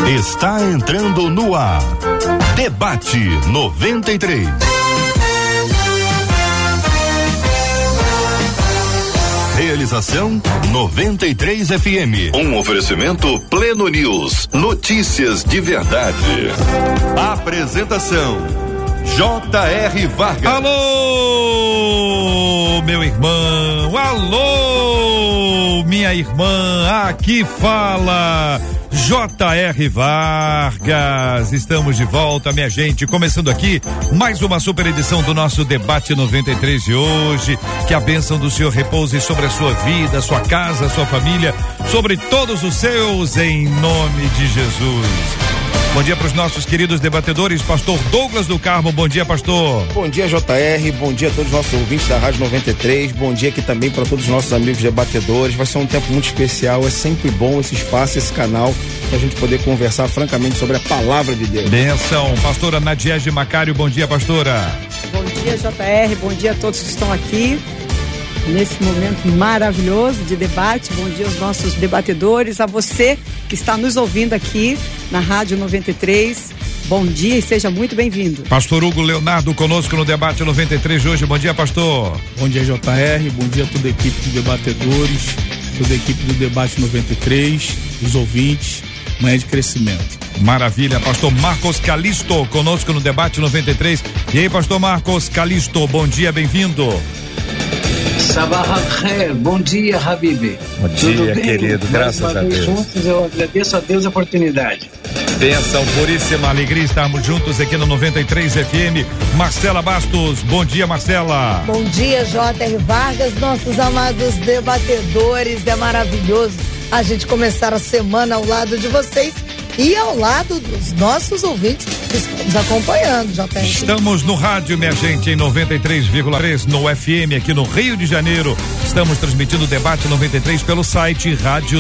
Está entrando no ar. Debate 93. Realização 93 FM. Um oferecimento Pleno News. Notícias de verdade. Apresentação J.R. Vargas. Alô, meu irmão. Alô, minha irmã. Aqui fala J.R. Vargas. Estamos de volta, minha gente, começando aqui mais uma super edição do nosso Debate 93 de hoje. Que a bênção do Senhor repouse sobre a sua vida, sua casa, sua família, sobre todos os seus, em nome de Jesus. Bom dia para os nossos queridos debatedores, pastor Douglas do Carmo. Bom dia, pastor. Bom dia, JR. Bom dia a todos os nossos ouvintes da Rádio 93. Bom dia aqui também para todos os nossos amigos debatedores. Vai ser um tempo muito especial. É sempre bom esse espaço, esse canal, para a gente poder conversar francamente sobre a palavra de Deus. Benção. Pastora Nadiege Macário. Bom dia, pastora. Bom dia, JR. Bom dia a todos que estão aqui nesse momento maravilhoso de debate. Bom dia aos nossos debatedores, a você que está nos ouvindo aqui na Rádio 93. Bom dia e seja muito bem-vindo. Pastor Hugo Leonardo conosco no Debate 93 de hoje. Bom dia, pastor. Bom dia, JR. Bom dia a toda a equipe de debatedores, toda a equipe do Debate 93, os ouvintes. Manhã de crescimento. Maravilha. Pastor Marcos Calisto conosco no Debate 93. E aí, pastor Marcos Calisto, bom dia, bem-vindo. Sabah al-Khair, bom dia, Habib. Bom dia, querido, graças a Deus. Juntos, eu agradeço a Deus a oportunidade. Bênção, puríssima alegria estarmos juntos aqui no 93 FM. Marcela Bastos, bom dia, Marcela. Bom dia, J.R. Vargas, nossos amados debatedores. É maravilhoso a gente começar a semana ao lado de vocês e ao lado dos nossos ouvintes que estão nos acompanhando, JR. Estamos no rádio, minha gente, em 93,3 no FM aqui no Rio de Janeiro. Estamos transmitindo o Debate 93 pelo site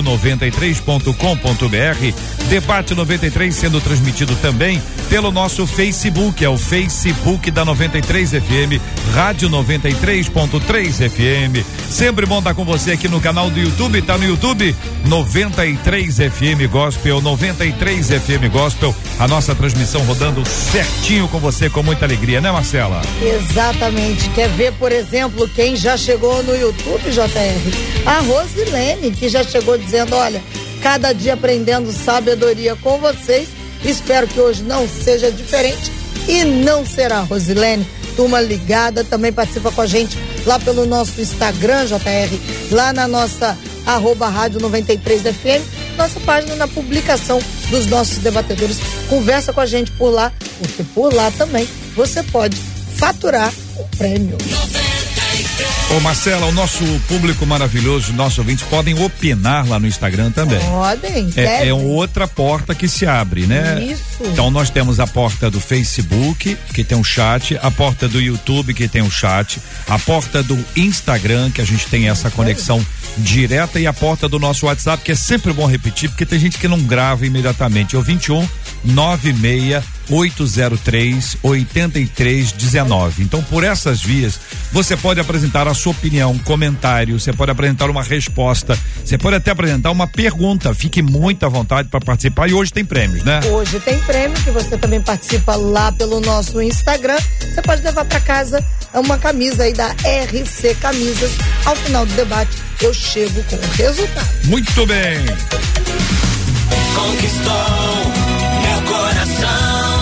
radio93.com.br. Debate 93 sendo transmitido também pelo nosso Facebook, é o Facebook da 93 FM, Rádio 93.3 FM. Sempre bom estar com você aqui no canal do YouTube, tá no YouTube 93 FM Gospel, 93 FM Gospel, a nossa transmissão rodando certinho com você, com muita alegria, né, Marcela? Exatamente. Quer ver, por exemplo, quem já chegou no YouTube, JR? A Rosilene, que já chegou dizendo, olha, cada dia aprendendo sabedoria com vocês. Espero que hoje não seja diferente e não será, Rosilene. Turma ligada, também participa com a gente lá pelo nosso Instagram, JR, lá na nossa @Rádio 93 FM, nossa página na publicação dos nossos debatedores. Conversa com a gente por lá, porque por lá também você pode faturar um prêmio. Ô Marcela, o nosso público maravilhoso, nossos ouvintes podem opinar lá no Instagram também. Podem, é outra porta que se abre, né? Isso. Então nós temos a porta do Facebook, que tem um chat, a porta do YouTube, que tem um chat, a porta do Instagram, que a gente tem essa conexão direta, e a porta do nosso WhatsApp, que é sempre bom repetir, porque tem gente que não grava imediatamente. É o 21 96 803 8319. Então, por essas vias, você pode apresentar a sua opinião, comentário, você pode apresentar uma resposta, você pode até apresentar uma pergunta. Fique muito à vontade para participar, e hoje tem prêmios, né? Hoje tem prêmio, que você também participa lá pelo nosso Instagram. Você pode levar para casa uma camisa aí da RC Camisas. Ao final do debate, eu chego com o resultado. Muito bem. Conquistou meu coração.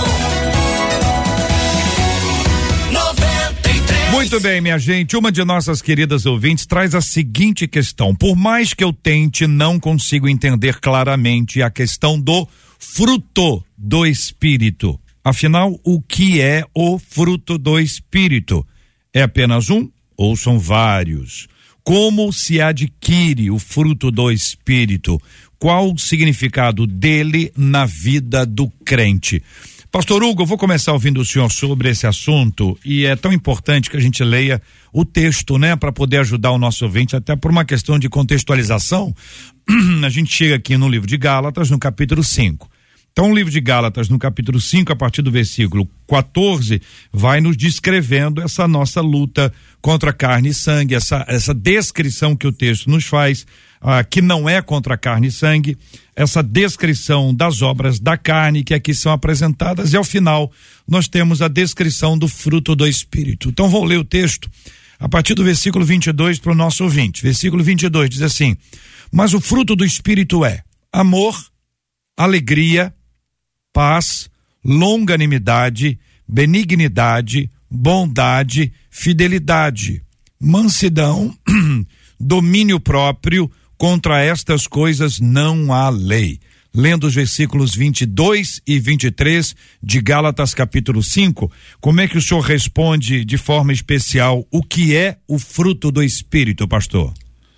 93. Muito bem, minha gente. Uma de nossas queridas ouvintes traz a seguinte questão: por mais que eu tente, não consigo entender claramente a questão do fruto do Espírito. Afinal, o que é o fruto do Espírito? É apenas um ou são vários? Como se adquire o fruto do Espírito? Qual o significado dele na vida do crente? Pastor Hugo, eu vou começar ouvindo o senhor sobre esse assunto, e é tão importante que a gente leia o texto, né, para poder ajudar o nosso ouvinte, até por uma questão de contextualização. A gente chega aqui no livro de Gálatas, no capítulo 5. Então, o livro de Gálatas, no capítulo 5, a partir do versículo 14, vai nos descrevendo essa nossa luta contra carne e sangue, essa descrição que o texto nos faz que não é contra carne e sangue, essa descrição das obras da carne que aqui são apresentadas, e ao final nós temos a descrição do fruto do Espírito. Então vou ler o texto a partir do versículo 22 para o nosso ouvinte. Versículo 22 diz assim: mas o fruto do Espírito é amor, alegria, paz, longanimidade, benignidade, bondade, fidelidade, mansidão, domínio próprio. Contra estas coisas não há lei. Lendo os versículos 22 e 23 de Gálatas capítulo 5, como é que o senhor responde de forma especial o que é o fruto do Espírito, pastor?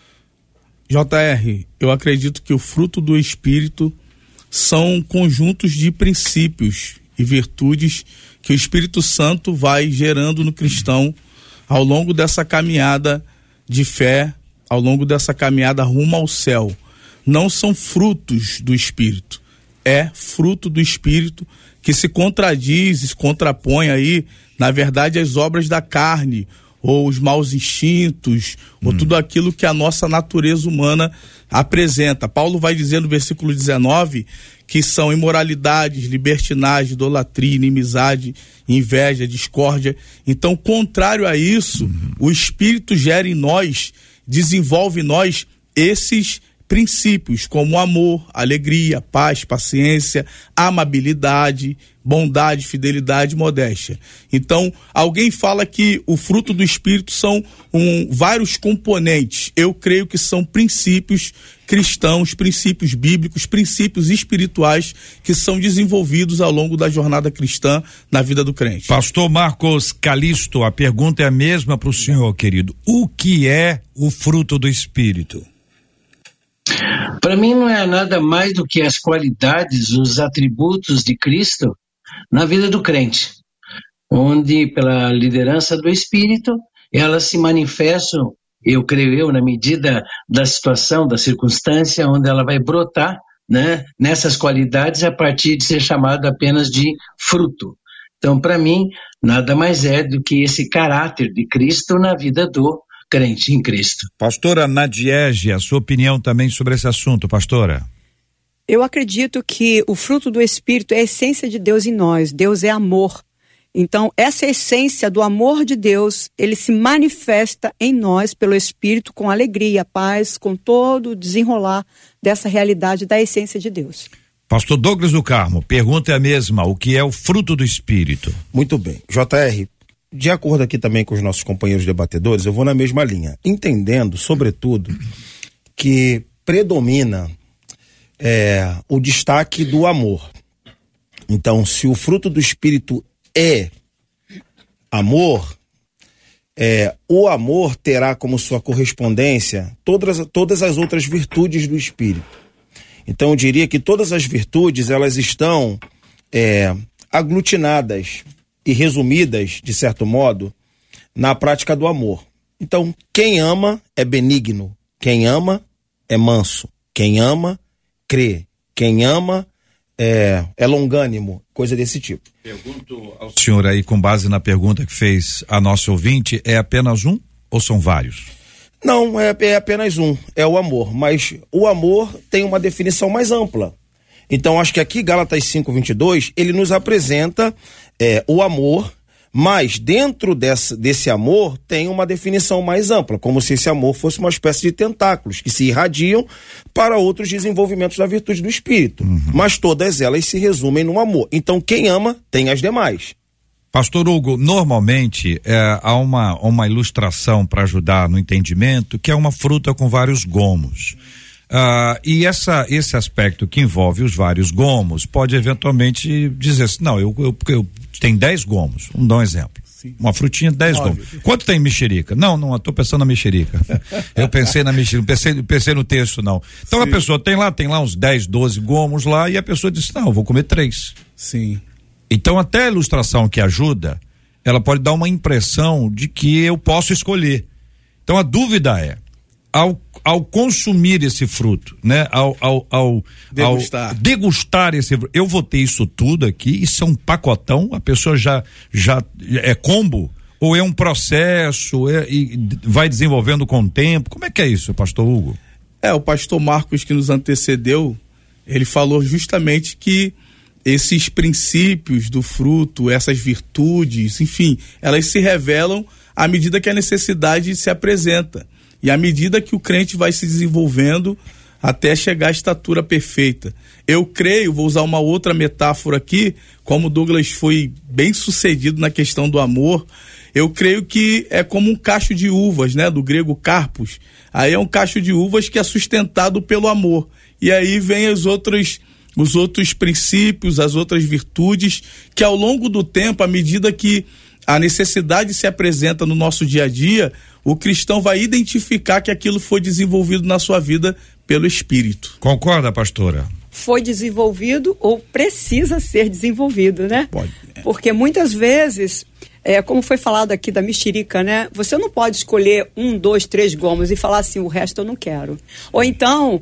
JR, eu acredito que o fruto do Espírito são conjuntos de princípios e virtudes que o Espírito Santo vai gerando no cristão ao longo dessa caminhada de fé, ao longo dessa caminhada rumo ao céu. Não são frutos do Espírito, é fruto do Espírito que se contradiz, se contrapõe aí, na verdade, as obras da carne, ou os maus instintos, ou tudo aquilo que a nossa natureza humana apresenta. Paulo vai dizer no versículo 19 que são imoralidades, libertinagem, idolatria, inimizade, inveja, discórdia. Então, contrário a isso, o Espírito gera em nós, desenvolve em nós esses princípios como amor, alegria, paz, paciência, amabilidade, bondade, fidelidade, modéstia. Então, alguém fala que o fruto do Espírito são vários componentes. Eu creio que são princípios cristãos, princípios bíblicos, princípios espirituais que são desenvolvidos ao longo da jornada cristã na vida do crente. Pastor Marcos Calisto, a pergunta é a mesma para o senhor, querido. O que é o fruto do Espírito? Para mim não é nada mais do que as qualidades, os atributos de Cristo na vida do crente, onde pela liderança do Espírito, elas se manifestam, eu creio na medida da situação, da circunstância, onde ela vai brotar, né, nessas qualidades a partir de ser chamado apenas de fruto. Então, para mim, nada mais é do que esse caráter de Cristo na vida do crente em Cristo. Pastora Nadiege, a sua opinião também sobre esse assunto, pastora? Eu acredito que o fruto do Espírito é a essência de Deus em nós. Deus é amor. Então, essa essência do amor de Deus, ele se manifesta em nós pelo Espírito com alegria, paz, com todo o desenrolar dessa realidade da essência de Deus. Pastor Douglas do Carmo, pergunta é a mesma, o que é o fruto do Espírito? Muito bem. JR, de acordo aqui também com os nossos companheiros debatedores, eu vou na mesma linha, entendendo, sobretudo, que predomina o destaque do amor. Então, se o fruto do Espírito é amor, o amor terá como sua correspondência todas as outras virtudes do Espírito. Então, eu diria que todas as virtudes, elas estão aglutinadas e resumidas, de certo modo, na prática do amor. Então, quem ama é benigno, quem ama é manso, quem ama crê, quem ama é longânimo, coisa desse tipo. Pergunto ao senhor aí, com base na pergunta que fez a nossa ouvinte, é apenas um ou são vários? Não, é apenas um, é o amor, mas o amor tem uma definição mais ampla. Então, acho que aqui, Gálatas 5:22, ele nos apresenta o amor, mas dentro desse amor tem uma definição mais ampla, como se esse amor fosse uma espécie de tentáculos que se irradiam para outros desenvolvimentos da virtude do Espírito. Mas todas elas se resumem no amor. Então, quem ama tem as demais. Pastor Hugo, normalmente há uma ilustração para ajudar no entendimento, que é uma fruta com vários gomos. E esse aspecto que envolve os vários gomos pode eventualmente dizer assim, não, eu tenho 10 gomos, vamos dar um exemplo. Sim. Uma frutinha, 10 gomos. Quanto tem mexerica? Não, eu tô pensando na mexerica. Eu pensei na mexerica, pensei no texto, não. Então sim, a pessoa tem lá uns 10, 12 gomos lá e a pessoa diz, não, eu vou comer 3. Sim. Então até a ilustração que ajuda, ela pode dar uma impressão de que eu posso escolher. Então a dúvida é, ao consumir esse fruto, né? Ao degustar esse fruto, eu vou ter isso tudo aqui, isso é um pacotão, a pessoa já é combo, ou é um processo, e vai desenvolvendo com o tempo? Como é que é isso, pastor Hugo? O pastor Marcos, que nos antecedeu, ele falou justamente que esses princípios do fruto, essas virtudes, enfim, elas se revelam à medida que a necessidade se apresenta e à medida que o crente vai se desenvolvendo até chegar à estatura perfeita. Eu creio, vou usar uma outra metáfora aqui, como Douglas foi bem sucedido na questão do amor, eu creio que é como um cacho de uvas, né, do grego carpos. Aí é um cacho de uvas que é sustentado pelo amor. E aí vem os outros princípios, as outras virtudes, que ao longo do tempo, à medida que a necessidade se apresenta no nosso dia a dia, o cristão vai identificar que aquilo foi desenvolvido na sua vida pelo Espírito. Concorda, pastora? Foi desenvolvido ou precisa ser desenvolvido, né? Pode. Porque muitas vezes, como foi falado aqui da mexerica, né? Você não pode escolher 1, 2, 3 gomos e falar assim, o resto eu não quero. Ou então,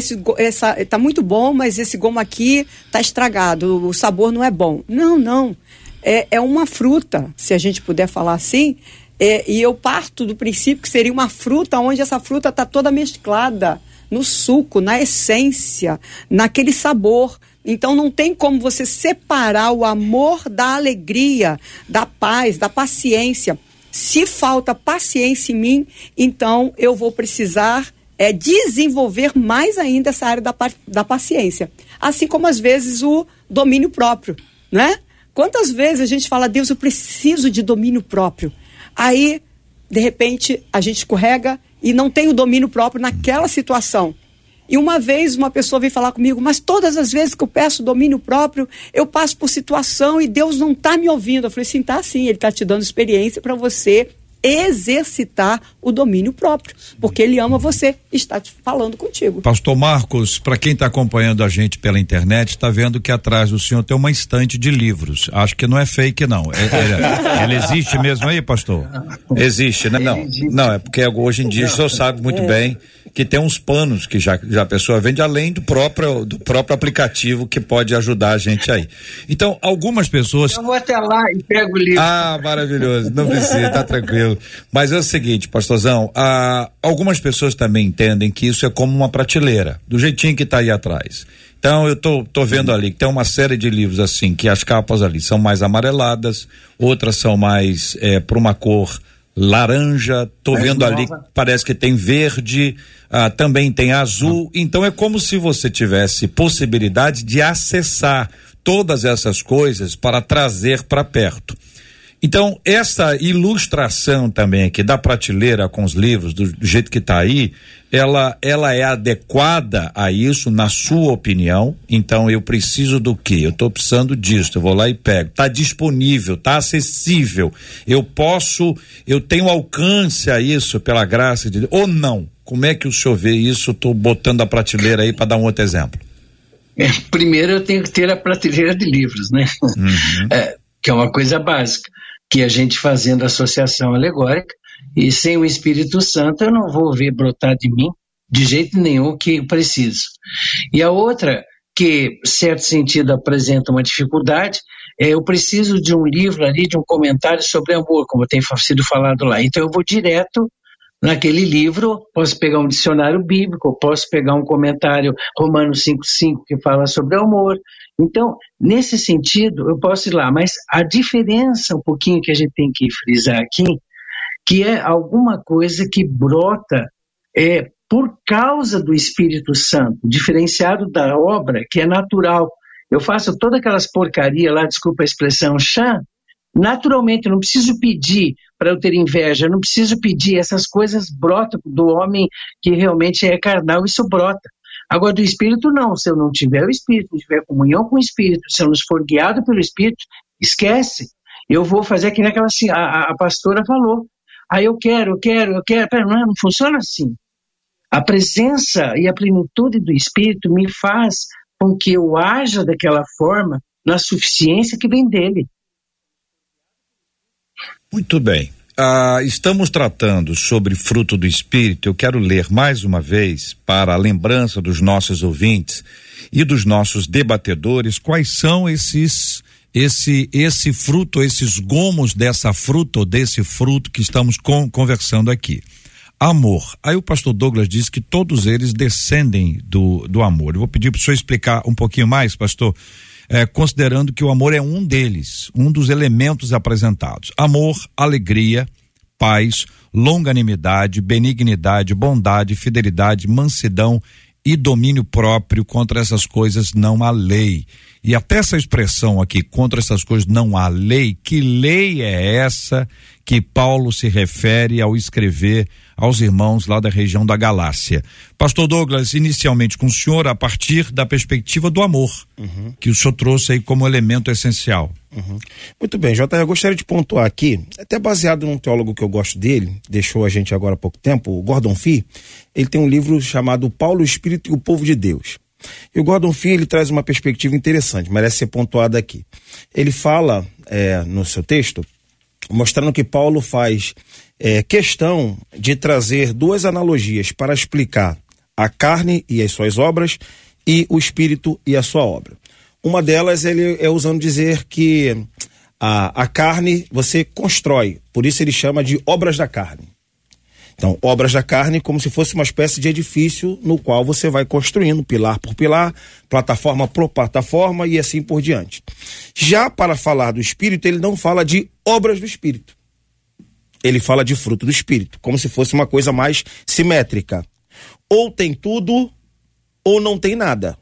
tá muito bom, mas esse gomo aqui tá estragado, o sabor não é bom. Não. É uma fruta, se a gente puder falar assim, e eu parto do princípio que seria uma fruta onde essa fruta tá toda mesclada no suco, na essência, naquele sabor. Então não tem como você separar o amor da alegria, da paz, da paciência. Se falta paciência em mim, então eu vou precisar desenvolver mais ainda essa área da paciência. Assim como às vezes o domínio próprio, né? Quantas vezes a gente fala, Deus, eu preciso de domínio próprio. Aí, de repente, a gente escorrega e não tem o domínio próprio naquela situação. E uma vez uma pessoa veio falar comigo, mas todas as vezes que eu peço domínio próprio, eu passo por situação e Deus não está me ouvindo. Eu falei assim, tá sim, Ele está te dando experiência para você exercitar o domínio próprio, porque Ele ama você e está te falando contigo. Pastor Marcos, para quem está acompanhando a gente pela internet, está vendo que atrás do senhor tem uma estante de livros. Acho que não é fake, não. Ele existe mesmo aí, pastor? Existe, né? Não, é porque hoje em dia o senhor sabe muito bem que tem uns panos que já a pessoa vende, além do próprio aplicativo que pode ajudar a gente aí. Então, algumas pessoas... Eu vou até lá e pego o livro. Ah, maravilhoso, não precisa, tá tranquilo. Mas é o seguinte, pastorzão, algumas pessoas também entendem que isso é como uma prateleira, do jeitinho que tá aí atrás. Então, eu tô vendo ali que tem uma série de livros assim, que as capas ali são mais amareladas, outras são mais para uma cor laranja, tô vendo ali, parece que tem verde, também tem azul, então é como se você tivesse possibilidade de acessar todas essas coisas para trazer para perto. Então, essa ilustração também aqui da prateleira com os livros, do jeito que está aí, ela é adequada a isso, na sua opinião? Então, eu preciso do quê? Eu estou precisando disso, eu vou lá e pego. Está disponível, está acessível. Eu tenho alcance a isso pela graça de Deus, ou não? Como é que o senhor vê isso? Estou botando a prateleira aí para dar um outro exemplo. Primeiro, eu tenho que ter a prateleira de livros, né? Uhum. Que é uma coisa básica, que a gente fazendo associação alegórica, e sem o Espírito Santo eu não vou ver brotar de mim de jeito nenhum que eu preciso. E a outra, que em certo sentido apresenta uma dificuldade, eu preciso de um livro ali, de um comentário sobre amor, como tem sido falado lá. Então eu vou direto naquele livro, posso pegar um dicionário bíblico, posso pegar um comentário Romanos 5:5 que fala sobre amor. Então, nesse sentido, eu posso ir lá, mas a diferença, um pouquinho que a gente tem que frisar aqui, que é alguma coisa que brota por causa do Espírito Santo, diferenciado da obra, que é natural. Eu faço todas aquelas porcarias lá, desculpa a expressão, naturalmente, eu não preciso pedir para eu ter inveja, eu não preciso pedir, essas coisas brotam do homem que realmente é carnal, isso brota. Agora, do Espírito, não. Se eu não tiver o Espírito, não tiver comunhão com o Espírito, se eu não for guiado pelo Espírito, esquece. Eu vou fazer aquilo que assim, a pastora falou. Aí eu quero. Pera, não funciona assim. A presença e a plenitude do Espírito me faz com que eu haja daquela forma na suficiência que vem dele. Muito bem. Estamos tratando sobre fruto do Espírito. Eu quero ler mais uma vez, para a lembrança dos nossos ouvintes e dos nossos debatedores, quais são esse fruto, esses gomos dessa fruta ou desse fruto que estamos conversando aqui. amor. Aí o pastor Douglas diz que todos eles descendem do amor. Eu vou pedir para o senhor explicar um pouquinho mais, pastor, considerando que o amor é um deles, um dos elementos apresentados. Amor, alegria, paz, longanimidade, benignidade, bondade, fidelidade, mansidão e domínio próprio. Contra essas coisas não há lei. E até essa expressão aqui, contra essas coisas não há lei, que lei é essa que Paulo se refere ao escrever aos irmãos lá da região da Galácia? Pastor Douglas, inicialmente com o senhor, a partir da perspectiva do amor, que o senhor trouxe aí como elemento essencial. Muito bem, J. Eu gostaria de pontuar aqui, até baseado num teólogo que eu gosto dele, deixou a gente agora há pouco tempo, o Gordon Fee. Ele tem um livro chamado Paulo, o Espírito e o Povo de Deus. E o Gordon Fee, ele traz uma perspectiva interessante, merece ser pontuada aqui. Ele fala, no seu texto, mostrando que Paulo faz questão de trazer duas analogias para explicar a carne e as suas obras e o espírito e a sua obra. Uma delas ele é usando dizer que a carne você constrói, por isso ele chama de obras da carne. Então, obras da carne como se fosse uma espécie de edifício no qual você vai construindo pilar por pilar, plataforma por plataforma e assim por diante. Já para falar do espírito, ele não fala de obras do espírito. Ele fala de fruto do espírito, como se fosse uma coisa mais simétrica. Ou tem tudo, ou não tem nada.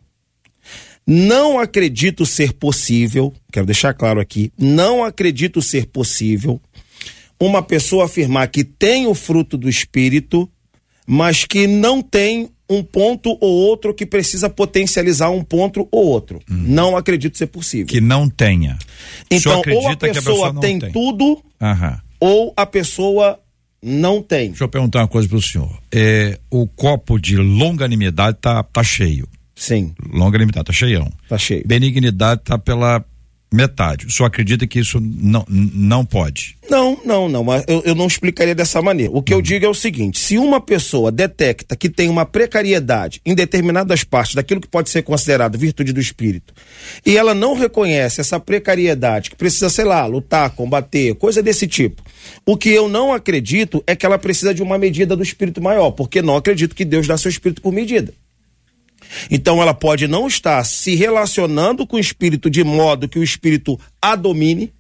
Não acredito ser possível, quero deixar claro aqui, não acredito ser possível uma pessoa afirmar que tem o fruto do espírito, mas que não tem um ponto ou outro que precisa potencializar um ponto ou outro. Não acredito ser possível. Que não tenha. Então, ou a pessoa tem tudo, ou a pessoa não tem. Deixa eu perguntar uma coisa para o senhor. O copo de longanimidade tá cheio. Sim. Longanimidade tá cheião. Tá cheio. Benignidade tá pela metade. O senhor acredita que isso não pode? Não, eu não explicaria dessa maneira. O que eu digo é o seguinte: se uma pessoa detecta que tem uma precariedade em determinadas partes daquilo que pode ser considerado virtude do espírito, e ela não reconhece essa precariedade, que precisa, sei lá, lutar, combater, coisa desse tipo, o que eu não acredito é que ela precisa de uma medida do espírito maior, porque não acredito que Deus dá seu espírito por medida. Então ela pode não estar se relacionando com o espírito de modo que o espírito a domine,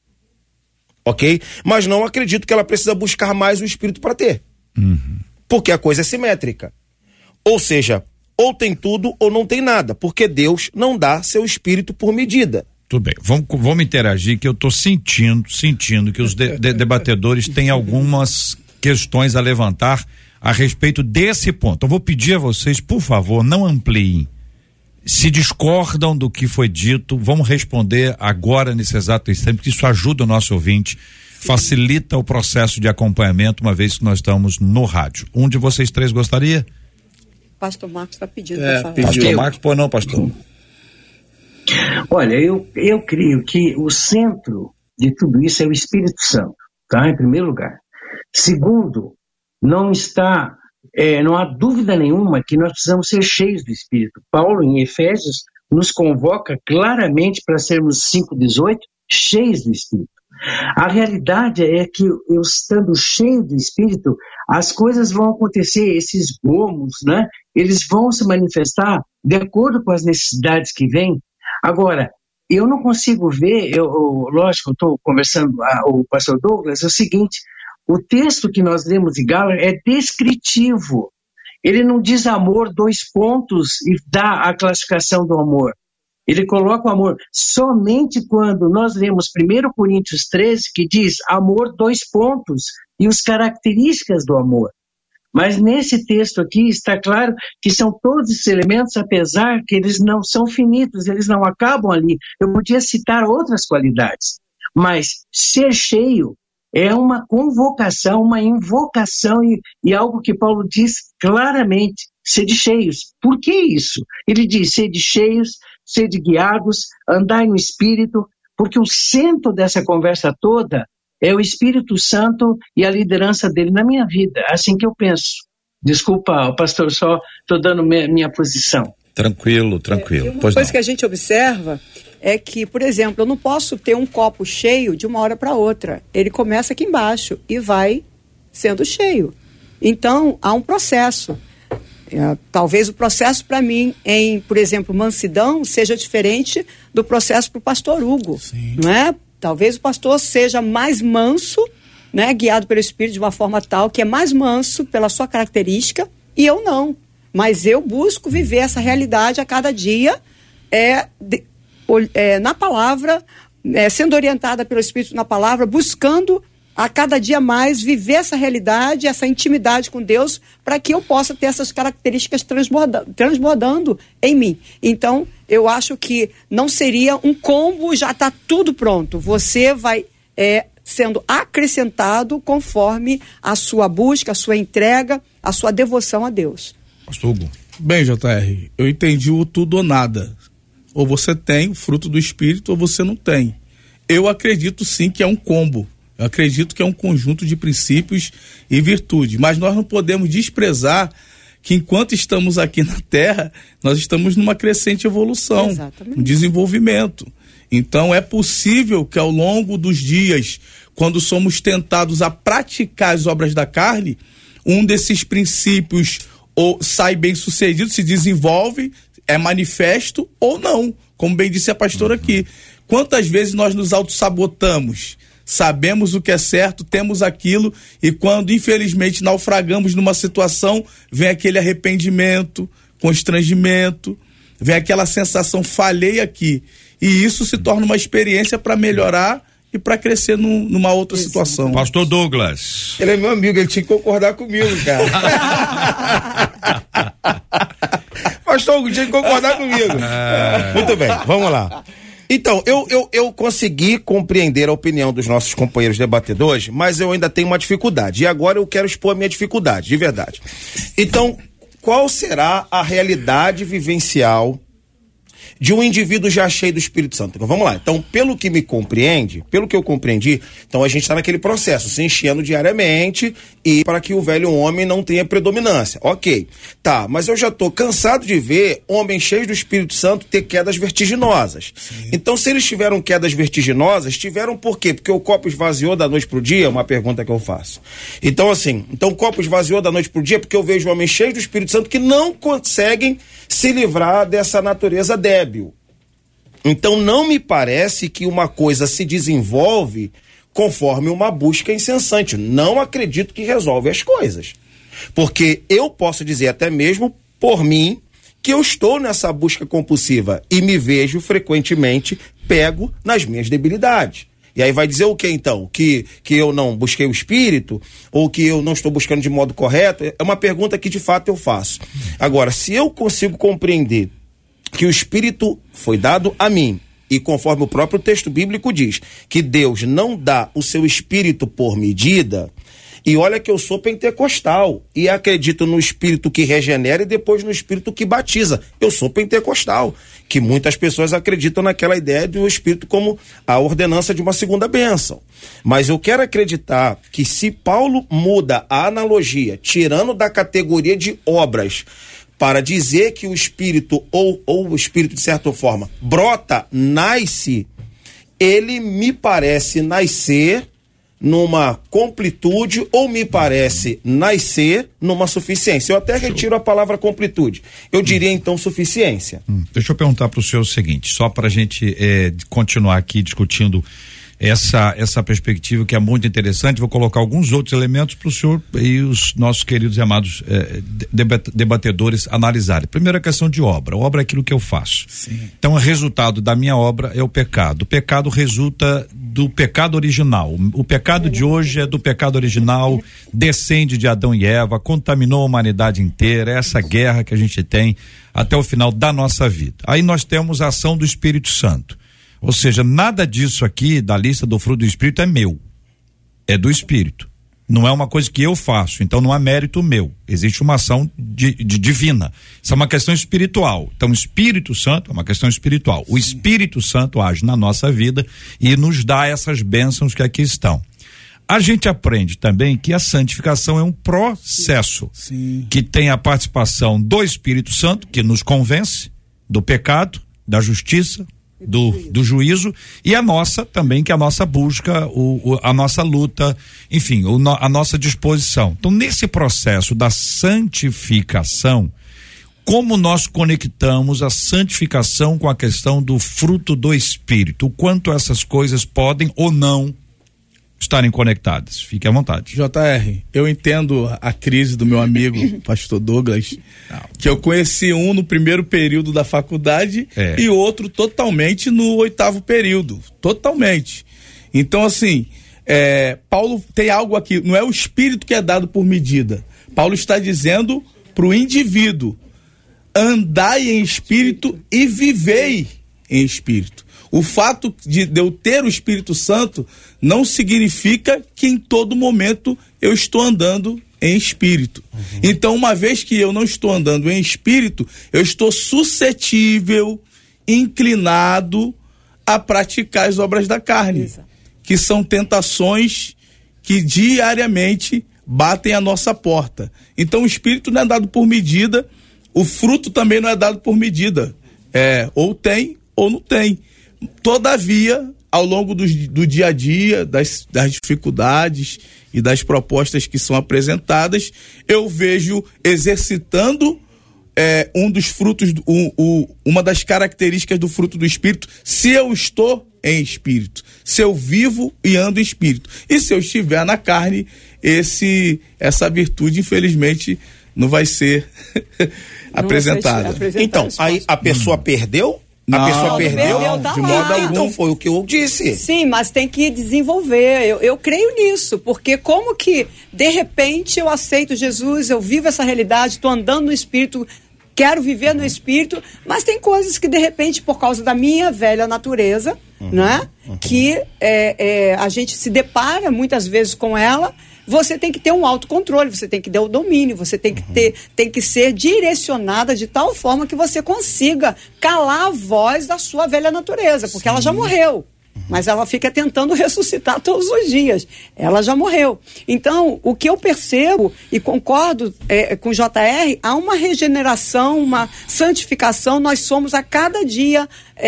ok? Mas não acredito que ela precisa buscar mais o espírito para ter. Porque a coisa é simétrica. Ou seja, ou tem tudo ou não tem nada, porque Deus não dá seu espírito por medida. Tudo bem, vamos interagir, que eu estou sentindo que os debatedores têm algumas questões a levantar a respeito desse ponto. Eu vou pedir a vocês, por favor, não ampliem. Se discordam do que foi dito, vamos responder agora, nesse exato instante, porque isso ajuda o nosso ouvinte, facilita o processo de acompanhamento, uma vez que nós estamos no rádio. Um de vocês três gostaria? Pastor Marcos está pedindo para falar. Pastor Marcos, pois não, pastor? Olha, eu creio que o centro de tudo isso é o Espírito Santo, tá? Em primeiro lugar. Segundo, não há dúvida nenhuma que nós precisamos ser cheios do Espírito. Paulo, em Efésios, nos convoca claramente para sermos 5:18, cheios do Espírito. A realidade é que, eu estando cheio do Espírito, as coisas vão acontecer, esses gomos, né? Eles vão se manifestar de acordo com as necessidades que vêm. Agora, eu não consigo ver, lógico, eu estou conversando com o pastor Douglas, é o seguinte: o texto que nós lemos de Gálatas é descritivo. Ele não diz amor, 2 pontos, e dá a classificação do amor. Ele coloca o amor somente quando nós lemos 1 Coríntios 13, que diz amor, 2 pontos, e as características do amor. Mas nesse texto aqui está claro que são todos esses elementos, apesar que eles não são finitos, eles não acabam ali. Eu podia citar outras qualidades, mas ser cheio é uma convocação, uma invocação e algo que Paulo diz claramente: sede cheios. Por que isso? Ele diz: sede cheios, sede guiados, andai no Espírito, porque o centro dessa conversa toda é o Espírito Santo e a liderança dele na minha vida. Assim que eu penso. Desculpa, pastor, só estou dando minha posição. Tranquilo. Uma coisa que a gente observa é que, por exemplo, eu não posso ter um copo cheio de uma hora para outra. Ele começa aqui embaixo e vai sendo cheio. Então, há um processo. Talvez o processo para mim em, por exemplo, mansidão seja diferente do processo para o pastor Hugo, não é? Talvez o pastor seja mais manso, né, guiado pelo Espírito de uma forma tal que é mais manso pela sua característica, e eu não. Mas eu busco viver essa realidade a cada dia, na palavra, sendo orientada pelo Espírito na palavra, buscando a cada dia mais viver essa realidade, essa intimidade com Deus, para que eu possa ter essas características transbordando em mim. Então, eu acho que não seria um combo, já está tudo pronto. Você vai sendo acrescentado conforme a sua busca, a sua entrega, a sua devoção a Deus. Pastor Hugo. Bem, JR, eu entendi o tudo ou nada. Ou você tem o fruto do Espírito ou você não tem. Eu acredito sim que é um combo. Eu acredito que é um conjunto de princípios e virtudes, mas nós não podemos desprezar que enquanto estamos aqui na Terra, nós estamos numa crescente evolução, um desenvolvimento. Então é possível que ao longo dos dias, quando somos tentados a praticar as obras da carne, um desses princípios ou sai bem sucedido, se desenvolve, é manifesto ou não, como bem disse a pastora aqui. Quantas vezes nós nos autossabotamos? Sabemos o que é certo, temos aquilo, e quando infelizmente naufragamos numa situação, vem aquele arrependimento, constrangimento, vem aquela sensação, falhei aqui, e isso se torna uma experiência para melhorar e para crescer numa outra situação. Pastor Douglas. Ele é meu amigo, ele tinha que concordar comigo, cara. Pastor Hugo, tinha que concordar comigo. Muito bem, vamos lá. Então, eu consegui compreender a opinião dos nossos companheiros debatedores, mas eu ainda tenho uma dificuldade. E agora eu quero expor a minha dificuldade, de verdade. Então, qual será a realidade vivencial de um indivíduo já cheio do Espírito Santo? Então, vamos lá. Então, pelo que eu compreendi, então a gente está naquele processo, se enchendo diariamente e para que o velho homem não tenha predominância. Ok. Tá, mas eu já estou cansado de ver homens cheios do Espírito Santo ter quedas vertiginosas. Sim. Então, se eles tiveram quedas vertiginosas, tiveram por quê? Porque o copo esvaziou da noite pro dia? É uma pergunta que eu faço. Então, assim, o copo esvaziou da noite pro dia porque eu vejo homens cheios do Espírito Santo que não conseguem se livrar dessa natureza débil. Então não me parece que uma coisa se desenvolve conforme uma busca incessante. Não acredito que resolve as coisas. Porque eu posso dizer até mesmo por mim que eu estou nessa busca compulsiva e me vejo frequentemente pego nas minhas debilidades. E aí vai dizer o que então? Que eu não busquei o Espírito? Ou que eu não estou buscando de modo correto? É uma pergunta que de fato eu faço. Agora, se eu consigo compreender que o Espírito foi dado a mim, e conforme o próprio texto bíblico diz, que Deus não dá o seu Espírito por medida, e olha que eu sou pentecostal, e acredito no Espírito que regenera e depois no Espírito que batiza. Eu sou pentecostal, que muitas pessoas acreditam naquela ideia do Espírito como a ordenança de uma segunda bênção. Mas eu quero acreditar que se Paulo muda a analogia, tirando da categoria de obras, para dizer que o Espírito, ou o Espírito de certa forma, brota, nasce, ele me parece nascer numa completude ou me parece nascer numa suficiência. Eu até retiro a palavra completude. Eu diria então suficiência. Deixa eu perguntar para o senhor o seguinte, só para a gente continuar aqui discutindo essa perspectiva que é muito interessante. Vou colocar alguns outros elementos para o senhor e os nossos queridos e amados debatedores analisarem. Primeiro, a questão de obra. Obra é aquilo que eu faço. Sim. Então, o resultado da minha obra é o pecado. O pecado resulta do pecado original. O pecado de hoje é do pecado original, descende de Adão e Eva, contaminou a humanidade inteira, essa guerra que a gente tem até o final da nossa vida. Aí nós temos a ação do Espírito Santo. Ou seja, nada disso aqui da lista do fruto do Espírito é meu, é do Espírito. Não é uma coisa que eu faço, então não há mérito meu. Existe uma ação divina. Isso é uma questão espiritual. Então, o Espírito Santo é uma questão espiritual. O Espírito Santo age na nossa vida e nos dá essas bênçãos que aqui estão. A gente aprende também que a santificação é um processo. Sim. Que tem a participação do Espírito Santo, que nos convence do pecado, da justiça, do juízo, e a nossa também, que é a nossa busca, a nossa luta, enfim, a nossa disposição. Então, nesse processo da santificação, como nós conectamos a santificação com a questão do fruto do Espírito? O quanto essas coisas podem ou não estarem conectadas? Fique à vontade. JR, eu entendo a crise do meu amigo pastor Douglas, que eu conheci um no primeiro período da faculdade e outro totalmente no 8º período, totalmente. Então, assim, Paulo tem algo aqui, não é o Espírito que é dado por medida. Paulo está dizendo para o indivíduo: andai em espírito e vivei em espírito. O fato de eu ter o Espírito Santo não significa que em todo momento eu estou andando em espírito. Então, uma vez que eu não estou andando em espírito, eu estou suscetível, inclinado a praticar as obras da carne, que são tentações que diariamente batem a nossa porta. Então, o espírito não é dado por medida. O fruto também não é dado por medida. Ou tem ou não tem. Todavia, ao longo do dia a dia, das dificuldades e das propostas que são apresentadas, eu vejo exercitando um dos frutos, uma das características do fruto do Espírito, se eu estou em espírito, se eu vivo e ando em espírito. E se eu estiver na carne, essa virtude, infelizmente, não vai ser apresentada. Então, aí a pessoa perdeu? A pessoa perdeu? De modo algum. Então foi o que eu disse. Sim, mas tem que desenvolver. Eu creio nisso, porque como que de repente eu aceito Jesus, eu vivo essa realidade, estou andando no Espírito, quero viver no Espírito, mas tem coisas que de repente, por causa da minha velha natureza, né, que a gente se depara muitas vezes com ela. Você tem que ter um autocontrole, você tem que ter o domínio, você tem que ser direcionada de tal forma que você consiga calar a voz da sua velha natureza, porque ela já morreu, mas ela fica tentando ressuscitar todos os dias. Ela já morreu. Então, o que eu percebo, e concordo com o JR, há uma regeneração, uma santificação, nós somos a cada dia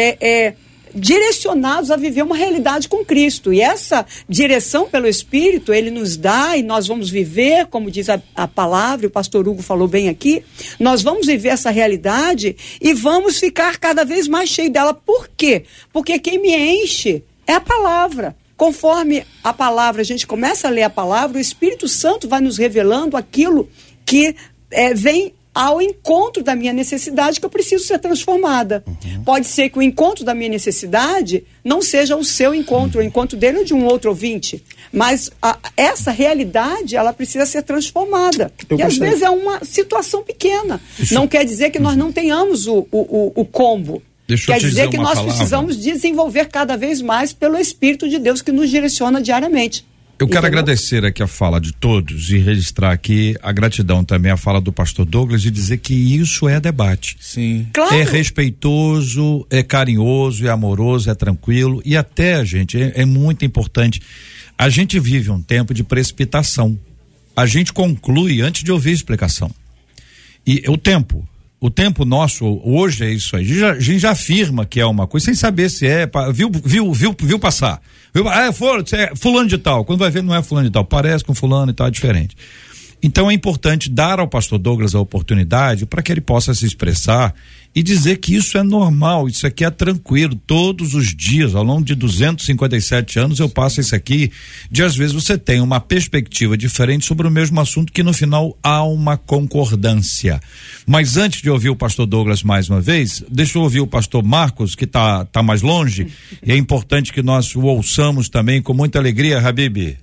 direcionados a viver uma realidade com Cristo, e essa direção pelo Espírito ele nos dá, e nós vamos viver, como diz a palavra, o pastor Hugo falou bem aqui, nós vamos viver essa realidade e vamos ficar cada vez mais cheio dela. Por quê? Porque quem me enche é a palavra. Conforme a palavra, a gente começa a ler a palavra, o Espírito Santo vai nos revelando aquilo que vem ao encontro da minha necessidade, que eu preciso ser transformada. Pode ser que o encontro da minha necessidade não seja o seu encontro, o encontro dele ou de um outro ouvinte, mas essa realidade, ela precisa ser transformada. Às vezes é uma situação pequena. Não quer dizer que nós não tenhamos o combo. Quer dizer que nós precisamos desenvolver cada vez mais pelo Espírito de Deus que nos direciona diariamente. Eu quero agradecer aqui a fala de todos e registrar aqui a gratidão também à fala do pastor Douglas e dizer que isso é debate. Sim. Claro. É respeitoso, é carinhoso, é amoroso, é tranquilo, e até, gente, é muito importante. A gente vive um tempo de precipitação. A gente conclui antes de ouvir a explicação. E o tempo nosso hoje é isso aí. A gente já afirma que é uma coisa sem saber se viu passar. Fulano de tal. Quando vai ver, não é fulano de tal. Parece com fulano e tal, é diferente. Então é importante dar ao pastor Douglas a oportunidade para que ele possa se expressar e dizer que isso é normal, isso aqui é tranquilo. Todos os dias, ao longo de 257 anos, eu passo isso aqui, de às vezes você tem uma perspectiva diferente sobre o mesmo assunto, que no final há uma concordância. Mas antes de ouvir o pastor Douglas mais uma vez, deixa eu ouvir o pastor Marcos, que tá mais longe, e é importante que nós o ouçamos também com muita alegria, Habib.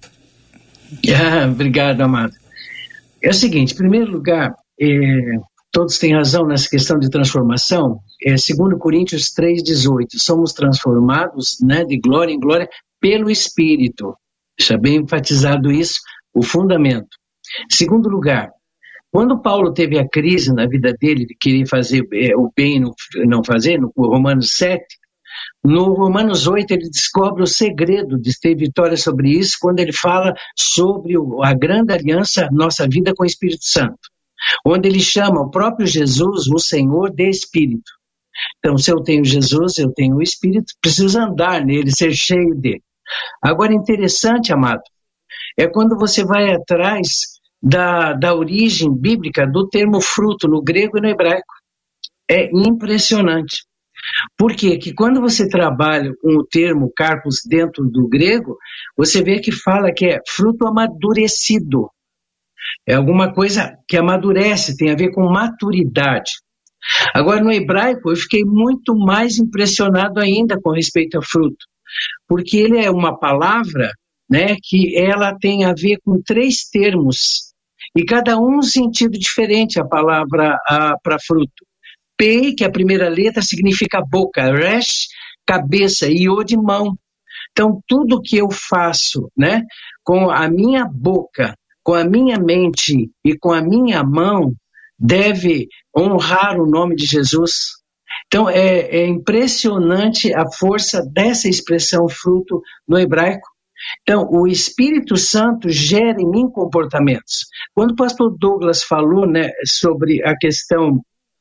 Obrigado, amado. É o seguinte, em primeiro lugar, todos têm razão nessa questão de transformação. 2 Coríntios 3,18, somos transformados, né, de glória em glória pelo Espírito. Deixa bem enfatizado isso, o fundamento. Segundo lugar, quando Paulo teve a crise na vida dele de querer fazer o bem e não fazer, no Romanos 7, no Romanos 8 ele descobre o segredo de ter vitória sobre isso quando ele fala sobre a grande aliança, nossa vida com o Espírito Santo, onde ele chama o próprio Jesus, o Senhor, de Espírito. Então, se eu tenho Jesus, eu tenho o Espírito, preciso andar nele, ser cheio dele. Agora, interessante, amado, é quando você vai atrás da origem bíblica do termo fruto no grego e no hebraico. É impressionante. Por quê? Que quando você trabalha com o termo carpos dentro do grego, você vê que fala que é fruto amadurecido. É alguma coisa que amadurece, tem a ver com maturidade. Agora, no hebraico, eu fiquei muito mais impressionado ainda com respeito ao fruto, porque ele é uma palavra, né, que ela tem a ver com 3 termos, e cada um sentido diferente a palavra para fruto. Pei, que é a primeira letra, significa boca, resh, cabeça, e Yod, mão. Então, tudo que eu faço, né, com a minha boca, com a minha mente e com a minha mão, deve honrar o nome de Jesus. Então, é impressionante a força dessa expressão fruto no hebraico. Então, o Espírito Santo gera em mim comportamentos. Quando o pastor Douglas falou, né, sobre a questão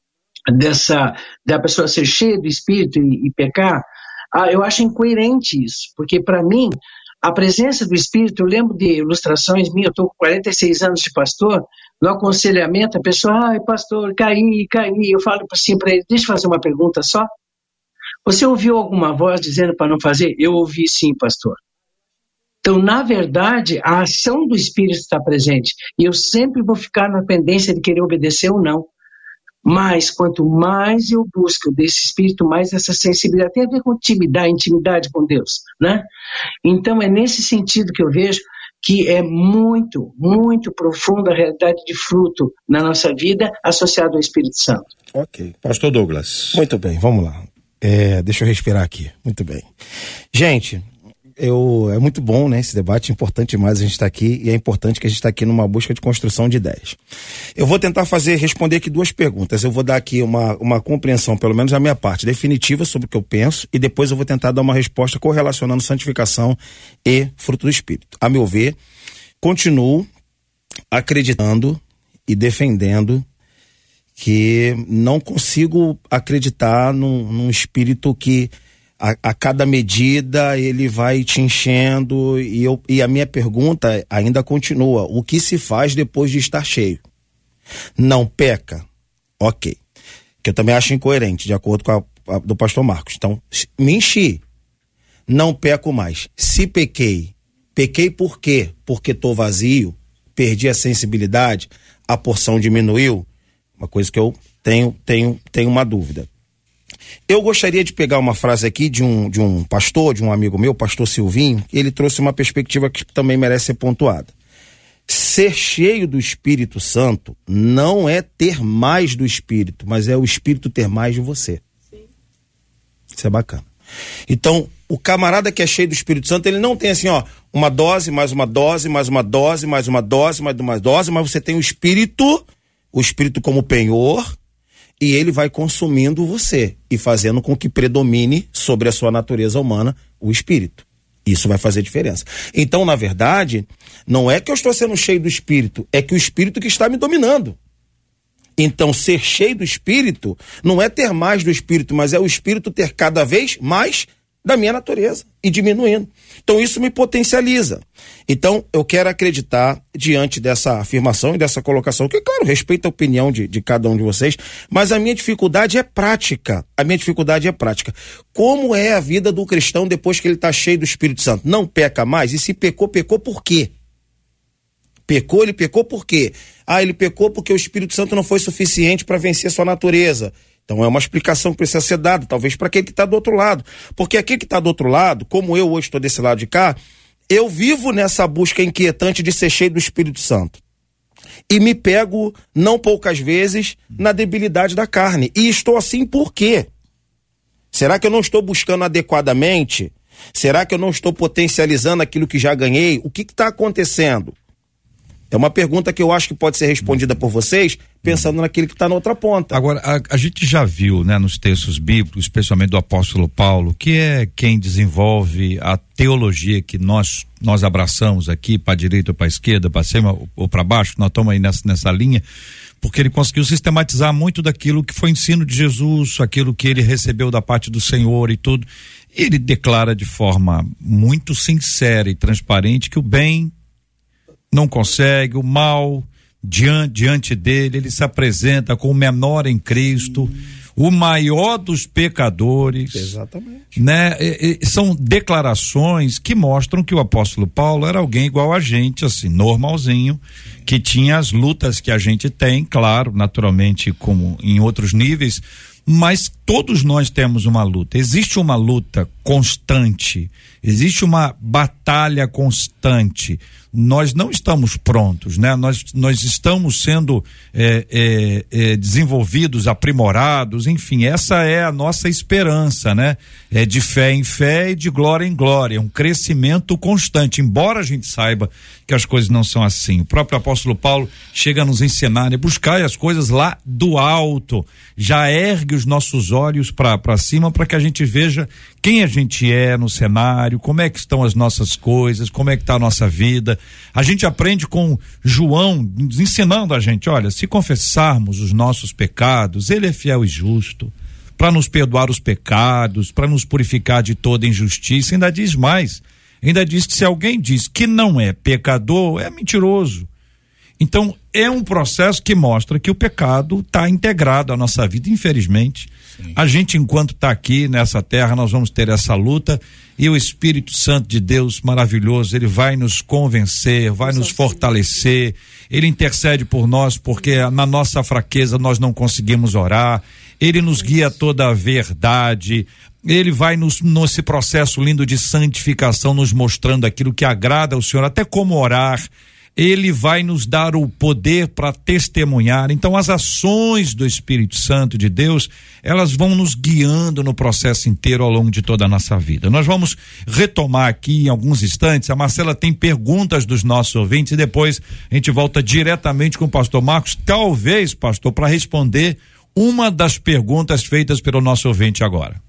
da pessoa ser cheia do Espírito e pecar, eu acho incoerente isso, porque para mim, a presença do Espírito, eu lembro de ilustrações minhas, eu estou com 46 anos de pastor, no aconselhamento, a pessoa, pastor, caí, eu falo assim para ele, deixa eu fazer uma pergunta só, você ouviu alguma voz dizendo para não fazer? Eu ouvi sim, pastor. Então, na verdade, a ação do Espírito está presente, e eu sempre vou ficar na pendência de querer obedecer ou não. Mas quanto mais eu busco desse Espírito, mais essa sensibilidade tem a ver com intimidade com Deus, né? Então é nesse sentido que eu vejo que é muito, muito profunda a realidade de fruto na nossa vida associado ao Espírito Santo. Ok. Pastor Douglas. Muito bem, vamos lá. Deixa eu respirar aqui. Muito bem. Gente, é muito bom, né? Esse debate é importante demais a gente estar aqui, e é importante que a gente está aqui numa busca de construção de ideias. Eu vou tentar responder aqui 2 perguntas. Eu vou dar aqui uma compreensão, pelo menos da minha parte, definitiva sobre o que eu penso, e depois eu vou tentar dar uma resposta correlacionando santificação e fruto do Espírito. A meu ver, continuo acreditando e defendendo que não consigo acreditar num espírito que a cada medida ele vai te enchendo, e a minha pergunta ainda continua: o que se faz depois de estar cheio? Não peca? Ok. Que eu também acho incoerente, de acordo com a do pastor Marcos. Então, me enchi, não peco mais. Se pequei por quê? Porque estou vazio, perdi a sensibilidade, a porção diminuiu? Uma coisa que eu tenho uma dúvida. Eu gostaria de pegar uma frase aqui de um pastor, de um amigo meu, pastor Silvinho. Ele trouxe uma perspectiva que também merece ser pontuada. Ser cheio do Espírito Santo não é ter mais do Espírito, mas é o Espírito ter mais de você. Sim. Isso é bacana. Então, o camarada que é cheio do Espírito Santo, ele não tem assim, uma dose, mais uma dose, mais uma dose, mais uma dose, mais uma dose, mas você tem o Espírito como penhor, e ele vai consumindo você e fazendo com que predomine sobre a sua natureza humana o Espírito. Isso vai fazer diferença. Então, na verdade, não é que eu estou sendo cheio do Espírito, é que o Espírito que está me dominando. Então, ser cheio do Espírito não é ter mais do Espírito, mas é o Espírito ter cada vez mais da minha natureza e diminuindo. Então, isso me potencializa. Então, eu quero acreditar diante dessa afirmação e dessa colocação, que, claro, respeito a opinião de cada um de vocês, mas a minha dificuldade é prática. Como é a vida do cristão depois que ele está cheio do Espírito Santo? Não peca mais? E se pecou por quê? Ele pecou por quê? Ele pecou porque o Espírito Santo não foi suficiente para vencer sua natureza. Então é uma explicação que precisa ser dada, talvez para aquele que está do outro lado. Porque aquele que está do outro lado, como eu hoje estou desse lado de cá, eu vivo nessa busca inquietante de ser cheio do Espírito Santo. E me pego, não poucas vezes, na debilidade da carne. E estou assim por quê? Será que eu não estou buscando adequadamente? Será que eu não estou potencializando aquilo que já ganhei? O que está acontecendo? É uma pergunta que eu acho que pode ser respondida por vocês, pensando naquele que está na outra ponta. Agora, a gente já viu, né, nos textos bíblicos, especialmente do apóstolo Paulo, que é quem desenvolve a teologia que nós abraçamos aqui, para a direita ou para a esquerda, para cima ou para baixo, nós estamos aí nessa linha, porque ele conseguiu sistematizar muito daquilo que foi ensino de Jesus, aquilo que ele recebeu da parte do Senhor e tudo. E ele declara de forma muito sincera e transparente que o bem não consegue, o mal diante dele, ele se apresenta como o menor em Cristo, o maior dos pecadores. Exatamente. Né? São declarações que mostram que o apóstolo Paulo era alguém igual a gente, assim, normalzinho, que tinha as lutas que a gente tem, claro, naturalmente, como em outros níveis, mas todos nós temos uma luta. Existe uma luta constante, existe uma batalha constante. Nós não estamos prontos, né? Nós estamos sendo desenvolvidos, aprimorados, enfim, essa é a nossa esperança, né? É de fé em fé e de glória em glória, um crescimento constante, embora a gente saiba que as coisas não são assim. O próprio apóstolo Paulo chega a nos ensinar, né? Buscar as coisas lá do alto, já ergue os nossos olhos para cima para que a gente veja quem a gente é no cenário, como é que estão as nossas coisas, como é que está a nossa vida. A gente aprende com João ensinando a gente, olha, se confessarmos os nossos pecados, ele é fiel e justo para nos perdoar os pecados, para nos purificar de toda injustiça. Ainda diz mais, ainda diz que se alguém diz que não é pecador, é mentiroso. Então, é um processo que mostra que o pecado está integrado à nossa vida, infelizmente. Sim. A gente, enquanto está aqui nessa terra, nós vamos ter essa luta e o Espírito Santo de Deus maravilhoso, ele vai nos convencer, vai nos fortalecer, ele intercede por nós, porque na nossa fraqueza nós não conseguimos orar, ele nos guia a toda a verdade, ele vai nesse processo lindo de santificação, nos mostrando aquilo que agrada ao Senhor, até como orar. Ele vai nos dar o poder para testemunhar. Então, as ações do Espírito Santo de Deus, elas vão nos guiando no processo inteiro ao longo de toda a nossa vida. Nós vamos retomar aqui em alguns instantes. A Marcela tem perguntas dos nossos ouvintes e depois a gente volta diretamente com o pastor Marcos, talvez, pastor, para responder uma das perguntas feitas pelo nosso ouvinte agora.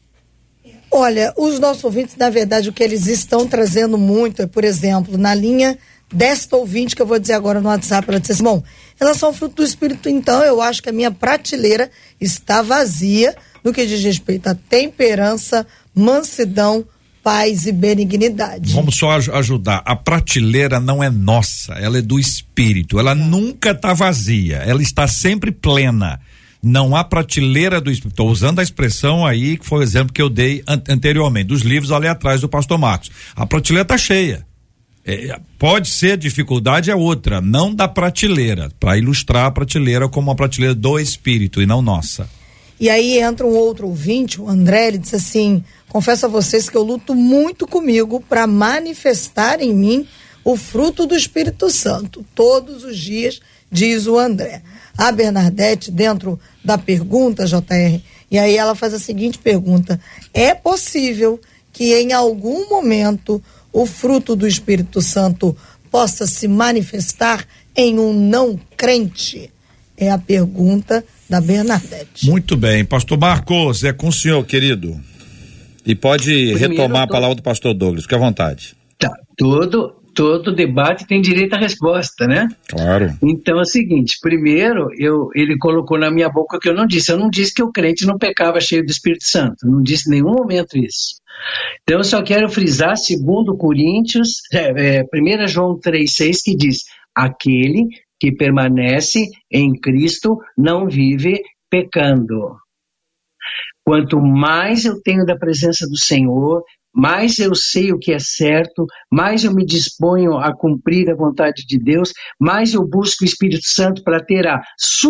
Olha, os nossos ouvintes, na verdade, o que eles estão trazendo muito é, por exemplo, na linha desta ouvinte que eu vou dizer agora no WhatsApp, ela disse assim, bom, em relação ao fruto do Espírito, então, eu acho que a minha prateleira está vazia no que diz respeito à temperança, mansidão, paz e benignidade. Vamos só ajudar, a prateleira não é nossa, ela é do Espírito, ela nunca está vazia, ela está sempre plena. Não há prateleira do Espírito. Estou usando a expressão aí, que foi o exemplo que eu dei anteriormente, dos livros ali atrás do pastor Marcos. A prateleira está cheia. Pode ser, dificuldade é outra, não da prateleira, para ilustrar a prateleira como uma prateleira do Espírito e não nossa. E aí entra um outro ouvinte, o André, ele disse assim, confesso a vocês que eu luto muito comigo para manifestar em mim o fruto do Espírito Santo, todos os dias, diz o André. A Bernadette, dentro da pergunta, JR, e aí ela faz a seguinte pergunta, é possível que em algum momento o fruto do Espírito Santo possa se manifestar em um não crente? É a pergunta da Bernadette. Muito bem, pastor Marcos, é com o senhor, querido. E pode retomar a palavra do pastor Douglas, fique à vontade. Tá, todo debate tem direito à resposta, né? Claro. Então é o seguinte, primeiro, ele colocou na minha boca que eu não disse que o crente não pecava cheio do Espírito Santo, não disse em nenhum momento isso. Então eu só quero frisar, segundo Coríntios, 1 João 3,6, que diz, aquele que permanece em Cristo não vive pecando. Quanto mais eu tenho da presença do Senhor, mais eu sei o que é certo, mais eu me disponho a cumprir a vontade de Deus, mais eu busco o Espírito Santo para ter a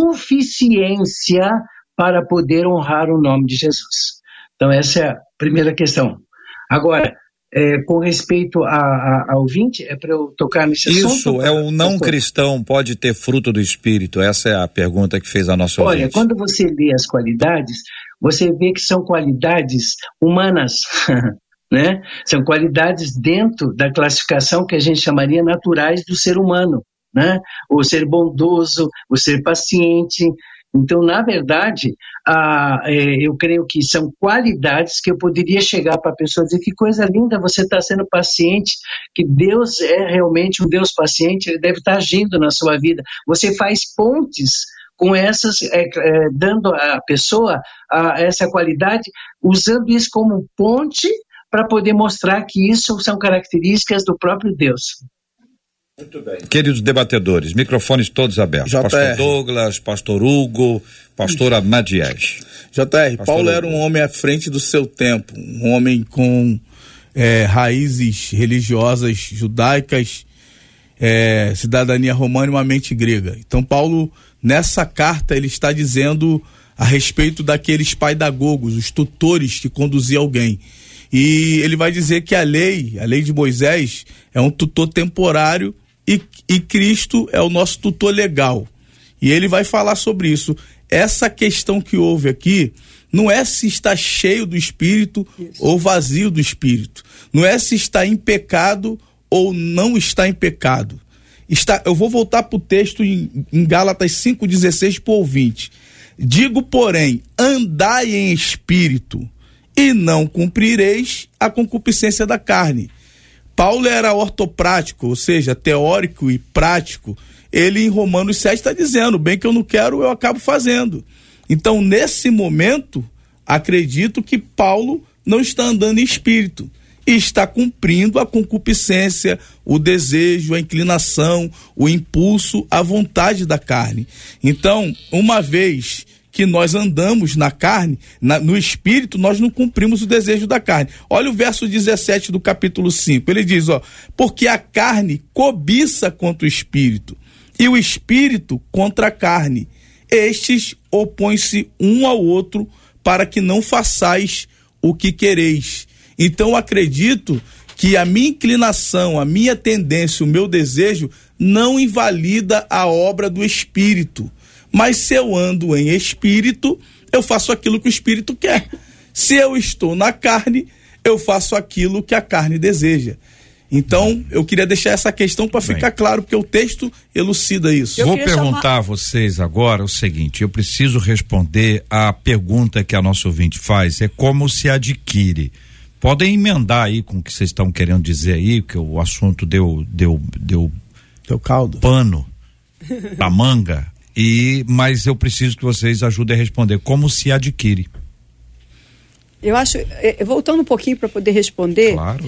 suficiência para poder honrar o nome de Jesus. Então essa é a primeira questão. Agora, com respeito ao ouvinte, é para eu tocar nesse assunto? Isso, o não cristão pode ter fruto do Espírito? Essa é a pergunta que fez a nossa ouvinte. Olha, quando você lê as qualidades, você vê que são qualidades humanas, né? São qualidades dentro da classificação que a gente chamaria naturais do ser humano, né? O ser bondoso, o ser paciente. Então, na verdade, eu creio que são qualidades que eu poderia chegar para a pessoa e dizer: que coisa linda, você está sendo paciente, que Deus é realmente um Deus paciente, Ele deve estar agindo na sua vida. Você faz pontes com essas, dando à pessoa essa qualidade, usando isso como ponte para poder mostrar que isso são características do próprio Deus. Muito bem. Queridos debatedores, microfones todos abertos. JR. Pastor Douglas, Pastor Hugo, Pastora Madies. JR, Paulo era um homem à frente do seu tempo, um homem com raízes religiosas judaicas, cidadania romana e uma mente grega. Então Paulo, nessa carta, ele está dizendo a respeito daqueles paidagogos, os tutores que conduziam alguém. E ele vai dizer que a lei de Moisés é um tutor temporário e Cristo é o nosso tutor legal. E ele vai falar sobre isso. Essa questão que houve aqui não é se está cheio do Espírito ou vazio do Espírito. Não é se está em pecado ou não está em pecado. Eu vou voltar para o texto em Gálatas 5,16 para o ouvinte. Digo, porém, andai em espírito e não cumprireis a concupiscência da carne. Paulo era ortoprático, ou seja, teórico e prático. Ele em Romanos 7 está dizendo: bem que eu não quero, eu acabo fazendo. Então, nesse momento, acredito que Paulo não está andando em espírito e está cumprindo a concupiscência, o desejo, a inclinação, o impulso, a vontade da carne. Então, uma vez que nós andamos na carne, no espírito, nós não cumprimos o desejo da carne. Olha o verso 17 do capítulo 5, ele diz, porque a carne cobiça contra o espírito, e o espírito contra a carne. Estes opõem-se um ao outro, para que não façais o que quereis. Então eu acredito que a minha inclinação, a minha tendência, o meu desejo, não invalida a obra do espírito. Mas se eu ando em espírito, eu faço aquilo que o espírito quer. Se eu estou na carne, eu faço aquilo que a carne deseja. Então, eu queria deixar essa questão para ficar claro, porque o texto elucida isso. Vou perguntar a vocês agora o seguinte: eu preciso responder a pergunta que a nossa ouvinte faz, é como se adquire. Podem emendar aí com o que vocês estão querendo dizer aí, que o assunto deu caldo, pano pra manga. Mas eu preciso que vocês ajudem a responder. Como se adquire? Eu acho, voltando um pouquinho para poder responder, claro.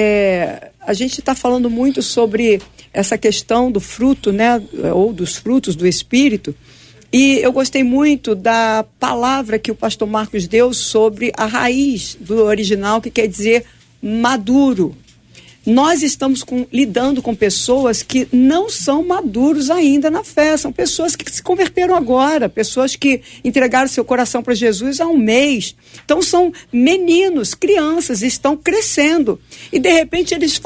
A gente está falando muito sobre essa questão do fruto, né? Ou dos frutos do Espírito. E eu gostei muito da palavra que o pastor Marcos deu sobre a raiz do original, que quer dizer maduro. Nós estamos lidando com pessoas que não são maduros ainda na fé, são pessoas que se converteram agora, pessoas que entregaram seu coração para Jesus há um mês. Então são meninos, crianças, estão crescendo. E de repente eles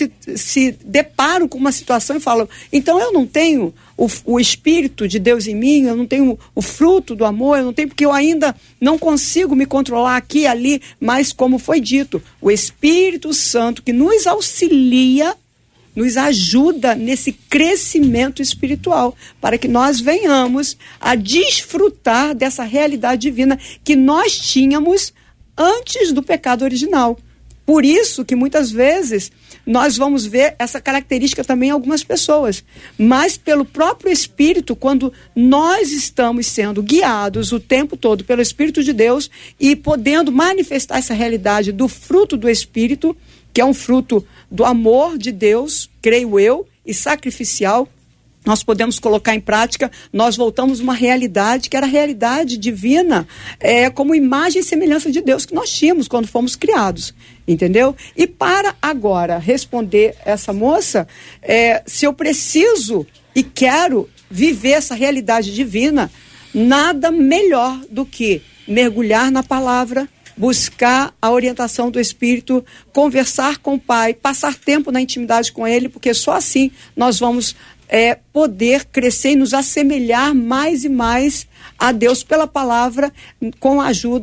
se deparam com uma situação e falam: então eu não tenho o Espírito de Deus em mim, eu não tenho o fruto do amor, eu não tenho, porque eu ainda não consigo me controlar aqui e ali. Mas como foi dito, o Espírito Santo que nos auxilia, nos ajuda nesse crescimento espiritual, para que nós venhamos a desfrutar dessa realidade divina que nós tínhamos antes do pecado original. Por isso que muitas vezes nós vamos ver essa característica também em algumas pessoas, mas pelo próprio Espírito, quando nós estamos sendo guiados o tempo todo pelo Espírito de Deus e podendo manifestar essa realidade do fruto do Espírito, que é um fruto do amor de Deus, creio eu, e sacrificial, nós podemos colocar em prática, nós voltamos a uma realidade que era a realidade divina, como imagem e semelhança de Deus que nós tínhamos quando fomos criados, entendeu? E para agora responder essa moça, se eu preciso e quero viver essa realidade divina, nada melhor do que mergulhar na palavra, buscar a orientação do Espírito, conversar com o Pai, passar tempo na intimidade com Ele, porque só assim nós vamos poder crescer e nos assemelhar mais e mais a Deus pela palavra, com a ajuda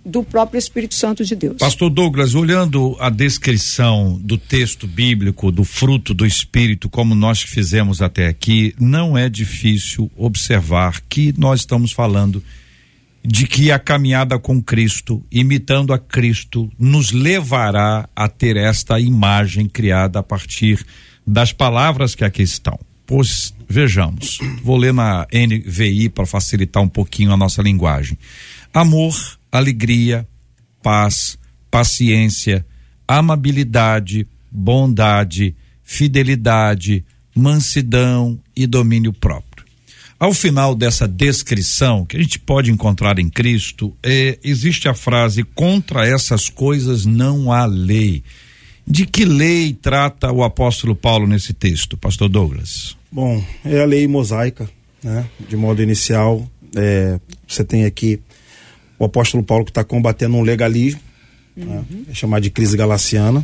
do próprio Espírito Santo de Deus. Pastor Douglas, olhando a descrição do texto bíblico do fruto do Espírito, como nós fizemos até aqui, não é difícil observar que nós estamos falando de que a caminhada com Cristo, imitando a Cristo, nos levará a ter esta imagem criada a partir das palavras que aqui estão. Pois, vejamos, vou ler na NVI para facilitar um pouquinho a nossa linguagem. Amor, alegria, paz, paciência, amabilidade, bondade, fidelidade, mansidão e domínio próprio. Ao final dessa descrição, que a gente pode encontrar em Cristo, existe a frase: contra essas coisas não há lei. De que lei trata o apóstolo Paulo nesse texto, pastor Douglas? Bom, é a lei mosaica, né? De modo inicial, você tem aqui o apóstolo Paulo que está combatendo um legalismo, né? É chamado de crise galaciana,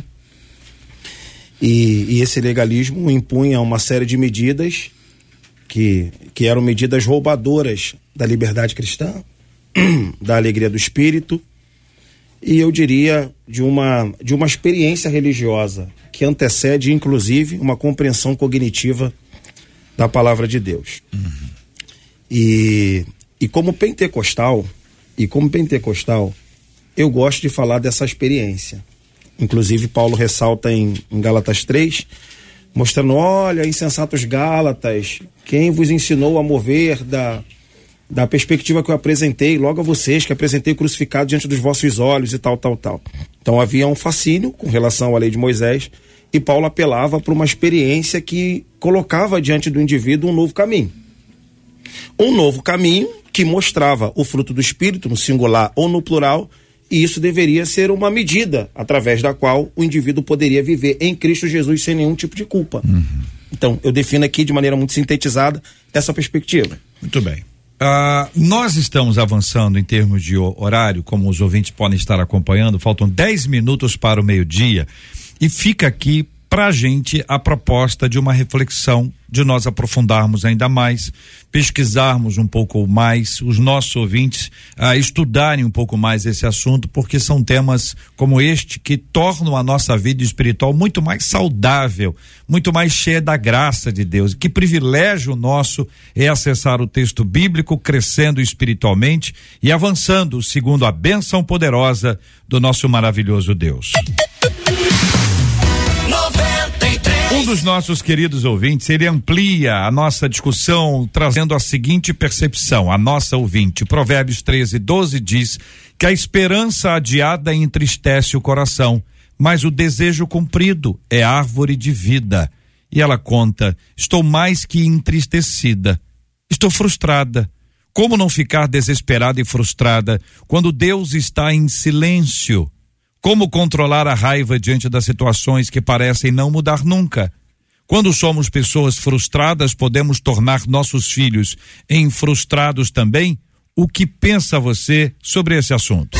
e esse legalismo impunha uma série de medidas que eram medidas roubadoras da liberdade cristã, da alegria do espírito, e eu diria de uma experiência religiosa que antecede inclusive uma compreensão cognitiva da palavra de Deus. E como pentecostal, eu gosto de falar dessa experiência. Inclusive Paulo ressalta em Gálatas 3, mostrando: olha, insensatos Gálatas, quem vos ensinou a mover da perspectiva que eu apresentei logo a vocês, que apresentei crucificado diante dos vossos olhos e tal. Então havia um fascínio com relação à lei de Moisés, e Paulo apelava para uma experiência que colocava diante do indivíduo um novo caminho. Um novo caminho que mostrava o fruto do Espírito, no singular ou no plural, e isso deveria ser uma medida através da qual o indivíduo poderia viver em Cristo Jesus sem nenhum tipo de culpa. Então, eu defino aqui de maneira muito sintetizada essa perspectiva. Muito bem. Nós estamos avançando em termos de horário, como os ouvintes podem estar acompanhando, faltam 10 minutos para o meio-dia, e fica aqui pra gente a proposta de uma reflexão, de nós aprofundarmos ainda mais, pesquisarmos um pouco mais, os nossos ouvintes estudarem um pouco mais esse assunto, porque são temas como este que tornam a nossa vida espiritual muito mais saudável, muito mais cheia da graça de Deus. Que privilégio nosso é acessar o texto bíblico, crescendo espiritualmente e avançando segundo a bênção poderosa do nosso maravilhoso Deus. Um dos nossos queridos ouvintes, ele amplia a nossa discussão trazendo a seguinte percepção, a nossa ouvinte. Provérbios 13:12 diz que a esperança adiada entristece o coração, mas o desejo cumprido é árvore de vida. E ela conta: estou mais que entristecida, estou frustrada. Como não ficar desesperada e frustrada quando Deus está em silêncio? Como controlar a raiva diante das situações que parecem não mudar nunca? Quando somos pessoas frustradas, podemos tornar nossos filhos em frustrados também? O que pensa você sobre esse assunto?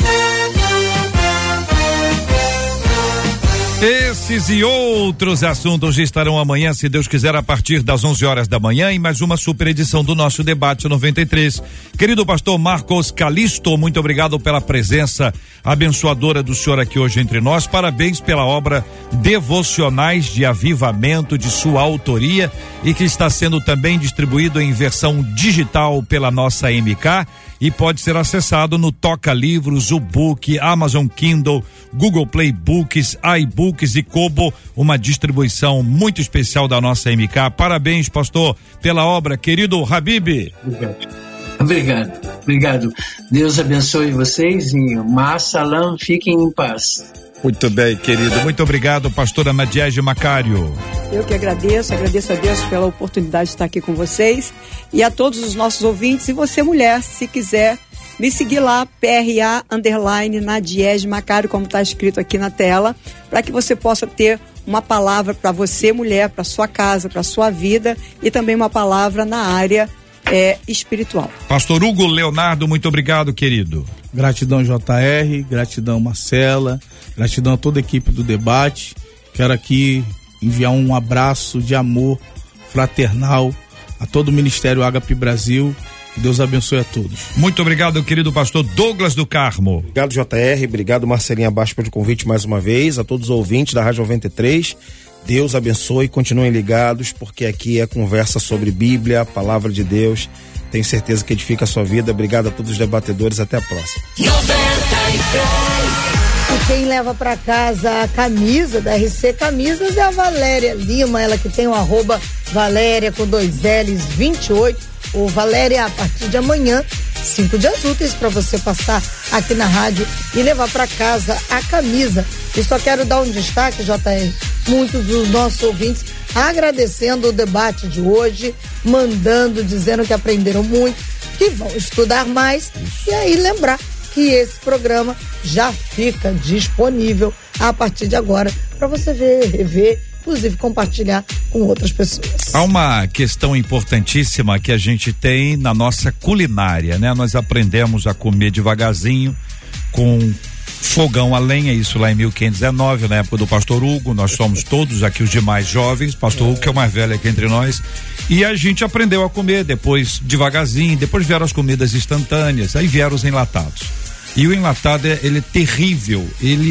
Esses e outros assuntos estarão amanhã, se Deus quiser, a partir das 11 horas da manhã, em mais uma super edição do nosso Debate 93. Querido pastor Marcos Calisto, muito obrigado pela presença abençoadora do senhor aqui hoje entre nós. Parabéns pela obra Devocionais de Avivamento, de sua autoria, e que está sendo também distribuído em versão digital pela nossa MK, e pode ser acessado no Toca Livros, Ubook, Amazon Kindle, Google Play Books, iBooks e Kobo, uma distribuição muito especial da nossa MK. Parabéns, pastor, pela obra, querido Habib. Obrigado. Deus abençoe vocês e Massalam, fiquem em paz. Muito bem, querido. Muito obrigado, pastora Nadiege Macário. Eu que agradeço a Deus pela oportunidade de estar aqui com vocês e a todos os nossos ouvintes. E você, mulher, se quiser me seguir lá, PRA_Nadiege Macário, como está escrito aqui na tela, para que você possa ter uma palavra para você, mulher, para sua casa, para sua vida, e também uma palavra na área espiritual. Pastor Hugo Leonardo, muito obrigado, querido. Gratidão, JR, gratidão, Marcela, gratidão a toda a equipe do debate. Quero aqui enviar um abraço de amor fraternal a todo o Ministério Ágape Brasil, Deus abençoe a todos. Muito obrigado, querido pastor Douglas do Carmo. Obrigado, JR. Obrigado, Marcelinha Bastos, pelo convite mais uma vez. A todos os ouvintes da Rádio 93. Deus abençoe e continuem ligados, porque aqui é conversa sobre Bíblia, a palavra de Deus. Tenho certeza que edifica a sua vida. Obrigado a todos os debatedores. Até a próxima. 93. E quem leva para casa a camisa da RC Camisas é a Valéria Lima, ela que tem o @Valéria com 2 L's 28. Ô Valéria, a partir de amanhã, 5 dias úteis para você passar aqui na rádio e levar para casa a camisa. E só quero dar um destaque, JR, muitos dos nossos ouvintes agradecendo o debate de hoje, mandando, dizendo que aprenderam muito, que vão estudar mais. E aí lembrar que esse programa já fica disponível a partir de agora para você ver, rever, inclusive compartilhar com outras pessoas. Há uma questão importantíssima que a gente tem na nossa culinária, né? Nós aprendemos a comer devagarzinho, com fogão a lenha, isso lá em 1519, na época do pastor Hugo. Nós somos todos aqui os demais jovens, pastor Hugo que é o mais velho aqui entre nós, e a gente aprendeu a comer depois devagarzinho. Depois vieram as comidas instantâneas, aí vieram os enlatados. E o enlatado, ele é terrível,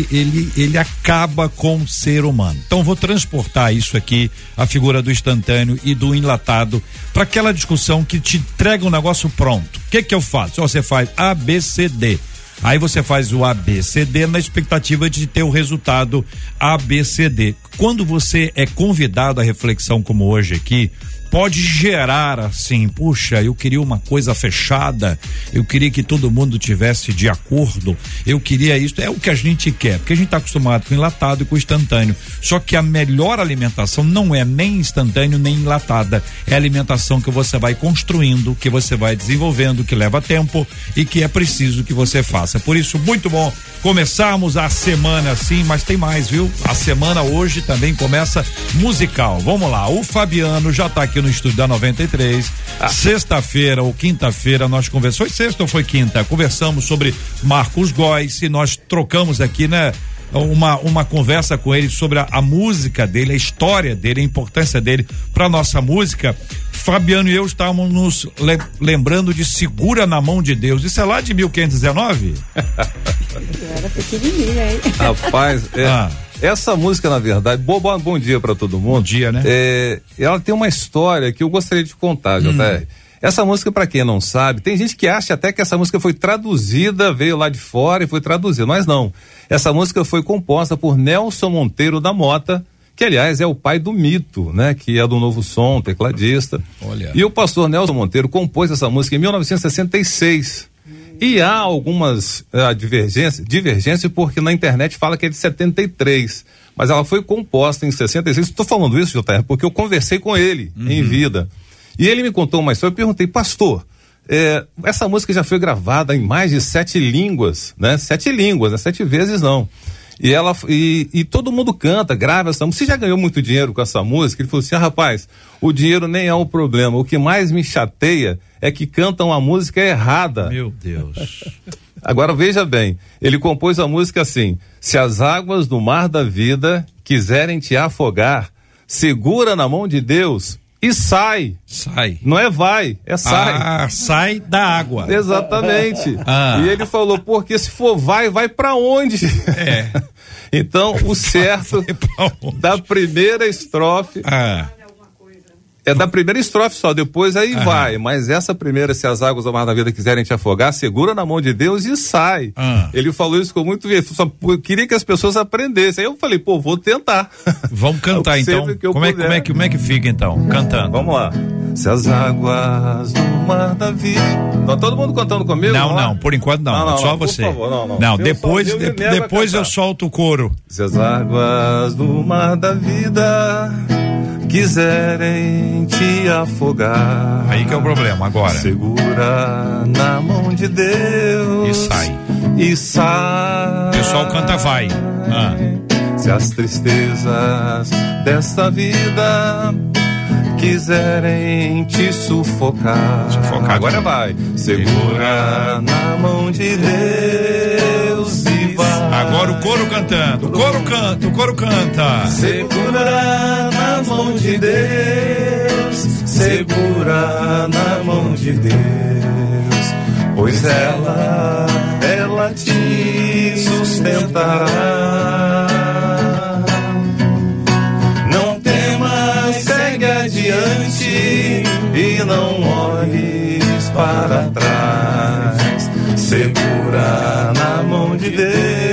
ele acaba com o ser humano. Então vou transportar isso aqui, a figura do instantâneo e do enlatado, para aquela discussão que te entrega um negócio pronto. O que eu faço? Você faz ABCD. Aí você faz o ABCD na expectativa de ter o resultado ABCD. Quando você é convidado à reflexão como hoje aqui, pode gerar assim, puxa, eu queria uma coisa fechada, eu queria que todo mundo tivesse de acordo, eu queria isso, é o que a gente quer, porque a gente está acostumado com enlatado e com instantâneo, só que a melhor alimentação não é nem instantâneo nem enlatada, é a alimentação que você vai construindo, que você vai desenvolvendo, que leva tempo e que é preciso que você faça. Por isso, muito bom começarmos a semana assim, mas tem mais, viu? A semana hoje também começa musical. Vamos lá, o Fabiano já está aqui no estúdio da 93. Sexta-feira ou quinta-feira nós conversamos, foi sexta ou foi quinta? Conversamos sobre Marcos Góes e nós trocamos aqui, né? Uma conversa com ele sobre a música dele, a história dele, a importância dele para nossa música. Fabiano e eu estávamos nos lembrando de Segura na Mão de Deus. Isso é lá de 1519? Eu era pequenininha, hein? Rapaz, essa música, na verdade, bom dia para todo mundo. Bom dia, né? Ela tem uma história que eu gostaria de contar, JR. Essa música, para quem não sabe, tem gente que acha até que essa música foi traduzida, veio lá de fora e foi traduzida, mas não. Essa música foi composta por Nelson Monteiro da Mota, que aliás é o pai do Mito, né? Que é do Novo Som, tecladista. Olha. E o pastor Nelson Monteiro compôs essa música em 1966. E há algumas divergências, porque na internet fala que é de 73, mas ela foi composta em 66. Estou falando isso, JR, porque eu conversei com ele em vida. E ele me contou uma história. Eu perguntei, pastor, essa música já foi gravada em mais de 7 línguas, né? 7 línguas, né? 7 vezes não. E todo mundo canta, grava essa música. Você já ganhou muito dinheiro com essa música? Ele falou assim, rapaz, o dinheiro nem é um problema. O que mais me chateia é que cantam a música errada. Meu Deus. Agora veja bem, ele compôs a música assim: se as águas do mar da vida quiserem te afogar, segura na mão de Deus e sai. Sai. Não é vai, é sai. Sai da água. Exatamente. E ele falou, porque se for vai pra onde? Então, o certo da primeira estrofe é da primeira estrofe só, depois aí vai, mas essa primeira, se as águas do mar da vida quiserem te afogar, segura na mão de Deus e sai. Ele falou isso com muito, só queria que as pessoas aprendessem. Aí eu falei, vou tentar. Vamos cantar então. Como é que fica então? Cantando. Vamos lá. Se as águas do mar da vida. Tá todo mundo cantando comigo? Não, por enquanto não, só você. Por favor, não, depois eu solto o coro. Se as águas do mar da vida quiserem te afogar, aí que é o problema agora. Segura na mão de Deus e sai. O pessoal canta vai. Se as tristezas desta vida quiserem te sufocar. Agora vai. Segura na mão de Deus e vai. Agora o coro cantando. O coro canta. Segura na mão de Deus. Segura na mão de Deus. Pois ela te sustentará. Não temas, segue adiante e não olhes para trás. Segura na mão de Deus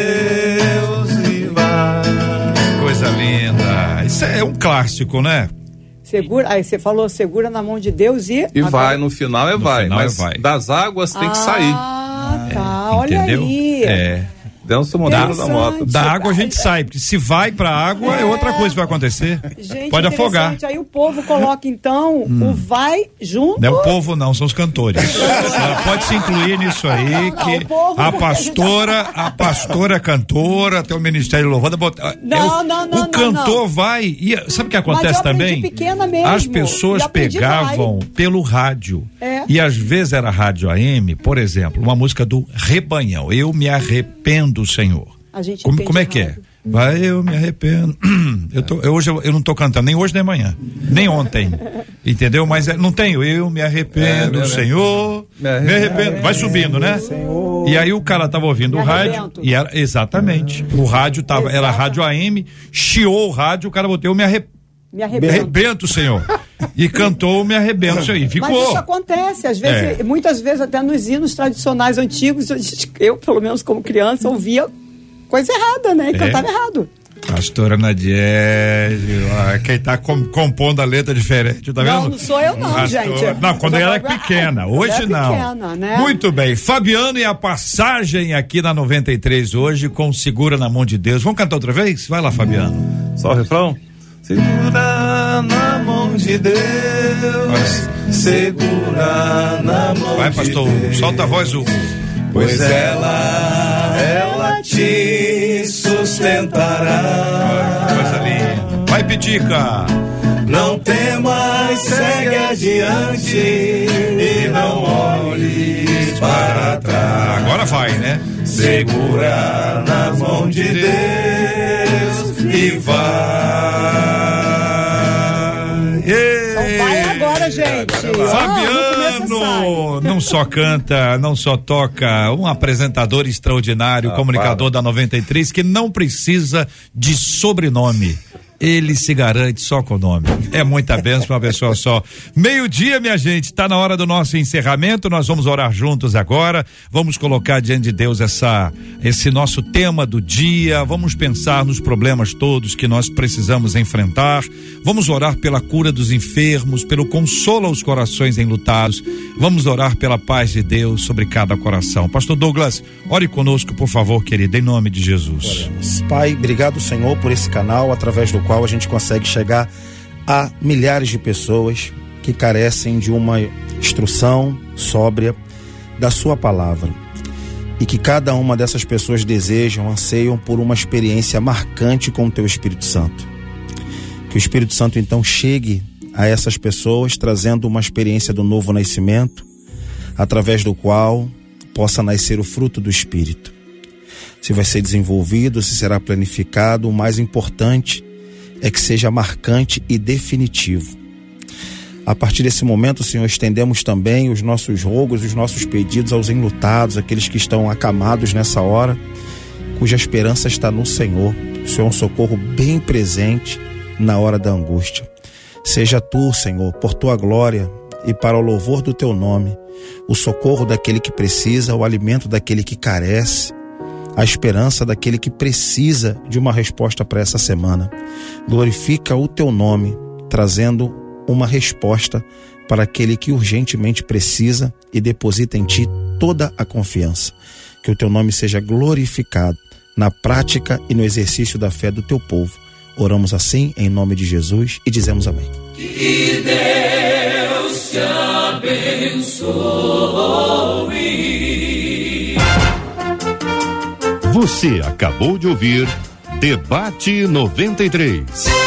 e vai. Coisa linda. Isso é um clássico, né? Segura, aí você falou, segura na mão de Deus e agora... vai, no final é vai, mas vai. Das águas tem que sair. Ah, tá, olha entendeu? aí. Dentro do modelo da moto. Da água a gente sai, porque se vai pra água é outra coisa que vai acontecer. Gente, pode afogar. Aí o povo coloca então o vai junto. Não é o povo não, são os cantores. Ela pode se incluir nisso aí, que a pastora cantora, tem o Ministério Louvando. O cantor vai, e sabe o que acontece também? Pequena mesmo, as pessoas pegavam pelo rádio, e às vezes era rádio AM, por exemplo, uma música do Rebanhão, Eu Me Arrependo, Senhor. Como é que é? Vai, eu me arrependo. Hoje eu não tô cantando, nem hoje nem amanhã, nem ontem, entendeu? Mas não tenho, eu me arrependo, Senhor, me arrependo. Vai subindo, né? Senhor. E aí o cara tava ouvindo o rádio, e era, exatamente, o rádio era rádio AM, chiou o rádio, o cara botou, eu me arrebento, Senhor. E cantou Me Arrebento, Senhor. E ficou. Mas isso acontece, às vezes, muitas vezes até nos hinos tradicionais antigos, eu, pelo menos como criança, ouvia coisa errada, né? E cantava errado. Pastora Nadiege, quem tá compondo a letra diferente, tá vendo? Não sou eu não, gente. Não, quando ela é pequena, hoje não. Pequena, né? Muito bem, Fabiano e a passagem aqui na 93 hoje com Segura na Mão de Deus. Vamos cantar outra vez? Vai lá, Fabiano. Só o refrão? Segura na mão de Deus, segura na mão vai, pastor, de Deus. Solta a voz, pois ela te sustentará. Coisa linda. Vai, Pitica. Não temas, segue adiante e não olhes para trás. Agora vai, né? Segura na mão de Deus e vai. Então vai agora, gente. Fabiano não só canta, não só toca, um apresentador extraordinário, comunicador da 93, que não precisa de sobrenome. Ele se garante só com o nome. É muita bênção pra uma pessoa só. 12:00, minha gente, tá na hora do nosso encerramento. Nós vamos orar juntos agora. Vamos colocar diante de Deus esse nosso tema do dia. Vamos pensar nos problemas todos que nós precisamos enfrentar. Vamos orar pela cura dos enfermos, pelo consolo aos corações enlutados. Vamos orar pela paz de Deus sobre cada coração. Pastor Douglas, ore conosco, por favor, querido, em nome de Jesus. Oremos. Pai, obrigado, Senhor, por esse canal através do qual a gente consegue chegar a milhares de pessoas que carecem de uma instrução sóbria da sua palavra, e que cada uma dessas pessoas desejam, anseiam por uma experiência marcante com o teu Espírito Santo. Que o Espírito Santo então chegue a essas pessoas trazendo uma experiência do novo nascimento, através do qual possa nascer o fruto do Espírito. Se vai ser desenvolvido, se será planificado, o mais importante é que seja marcante e definitivo. A partir desse momento, Senhor, estendemos também os nossos rogos, os nossos pedidos aos enlutados, aqueles que estão acamados nessa hora, cuja esperança está no Senhor. O Senhor é um socorro bem presente na hora da angústia. Seja tu, Senhor, por tua glória e para o louvor do teu nome, o socorro daquele que precisa, o alimento daquele que carece, a esperança daquele que precisa de uma resposta para essa semana. Glorifica o teu nome, trazendo uma resposta para aquele que urgentemente precisa, e deposita em ti toda a confiança. Que o teu nome seja glorificado na prática e no exercício da fé do teu povo. Oramos assim em nome de Jesus e dizemos amém. Que Deus te abençoe. Você acabou de ouvir Debate 93.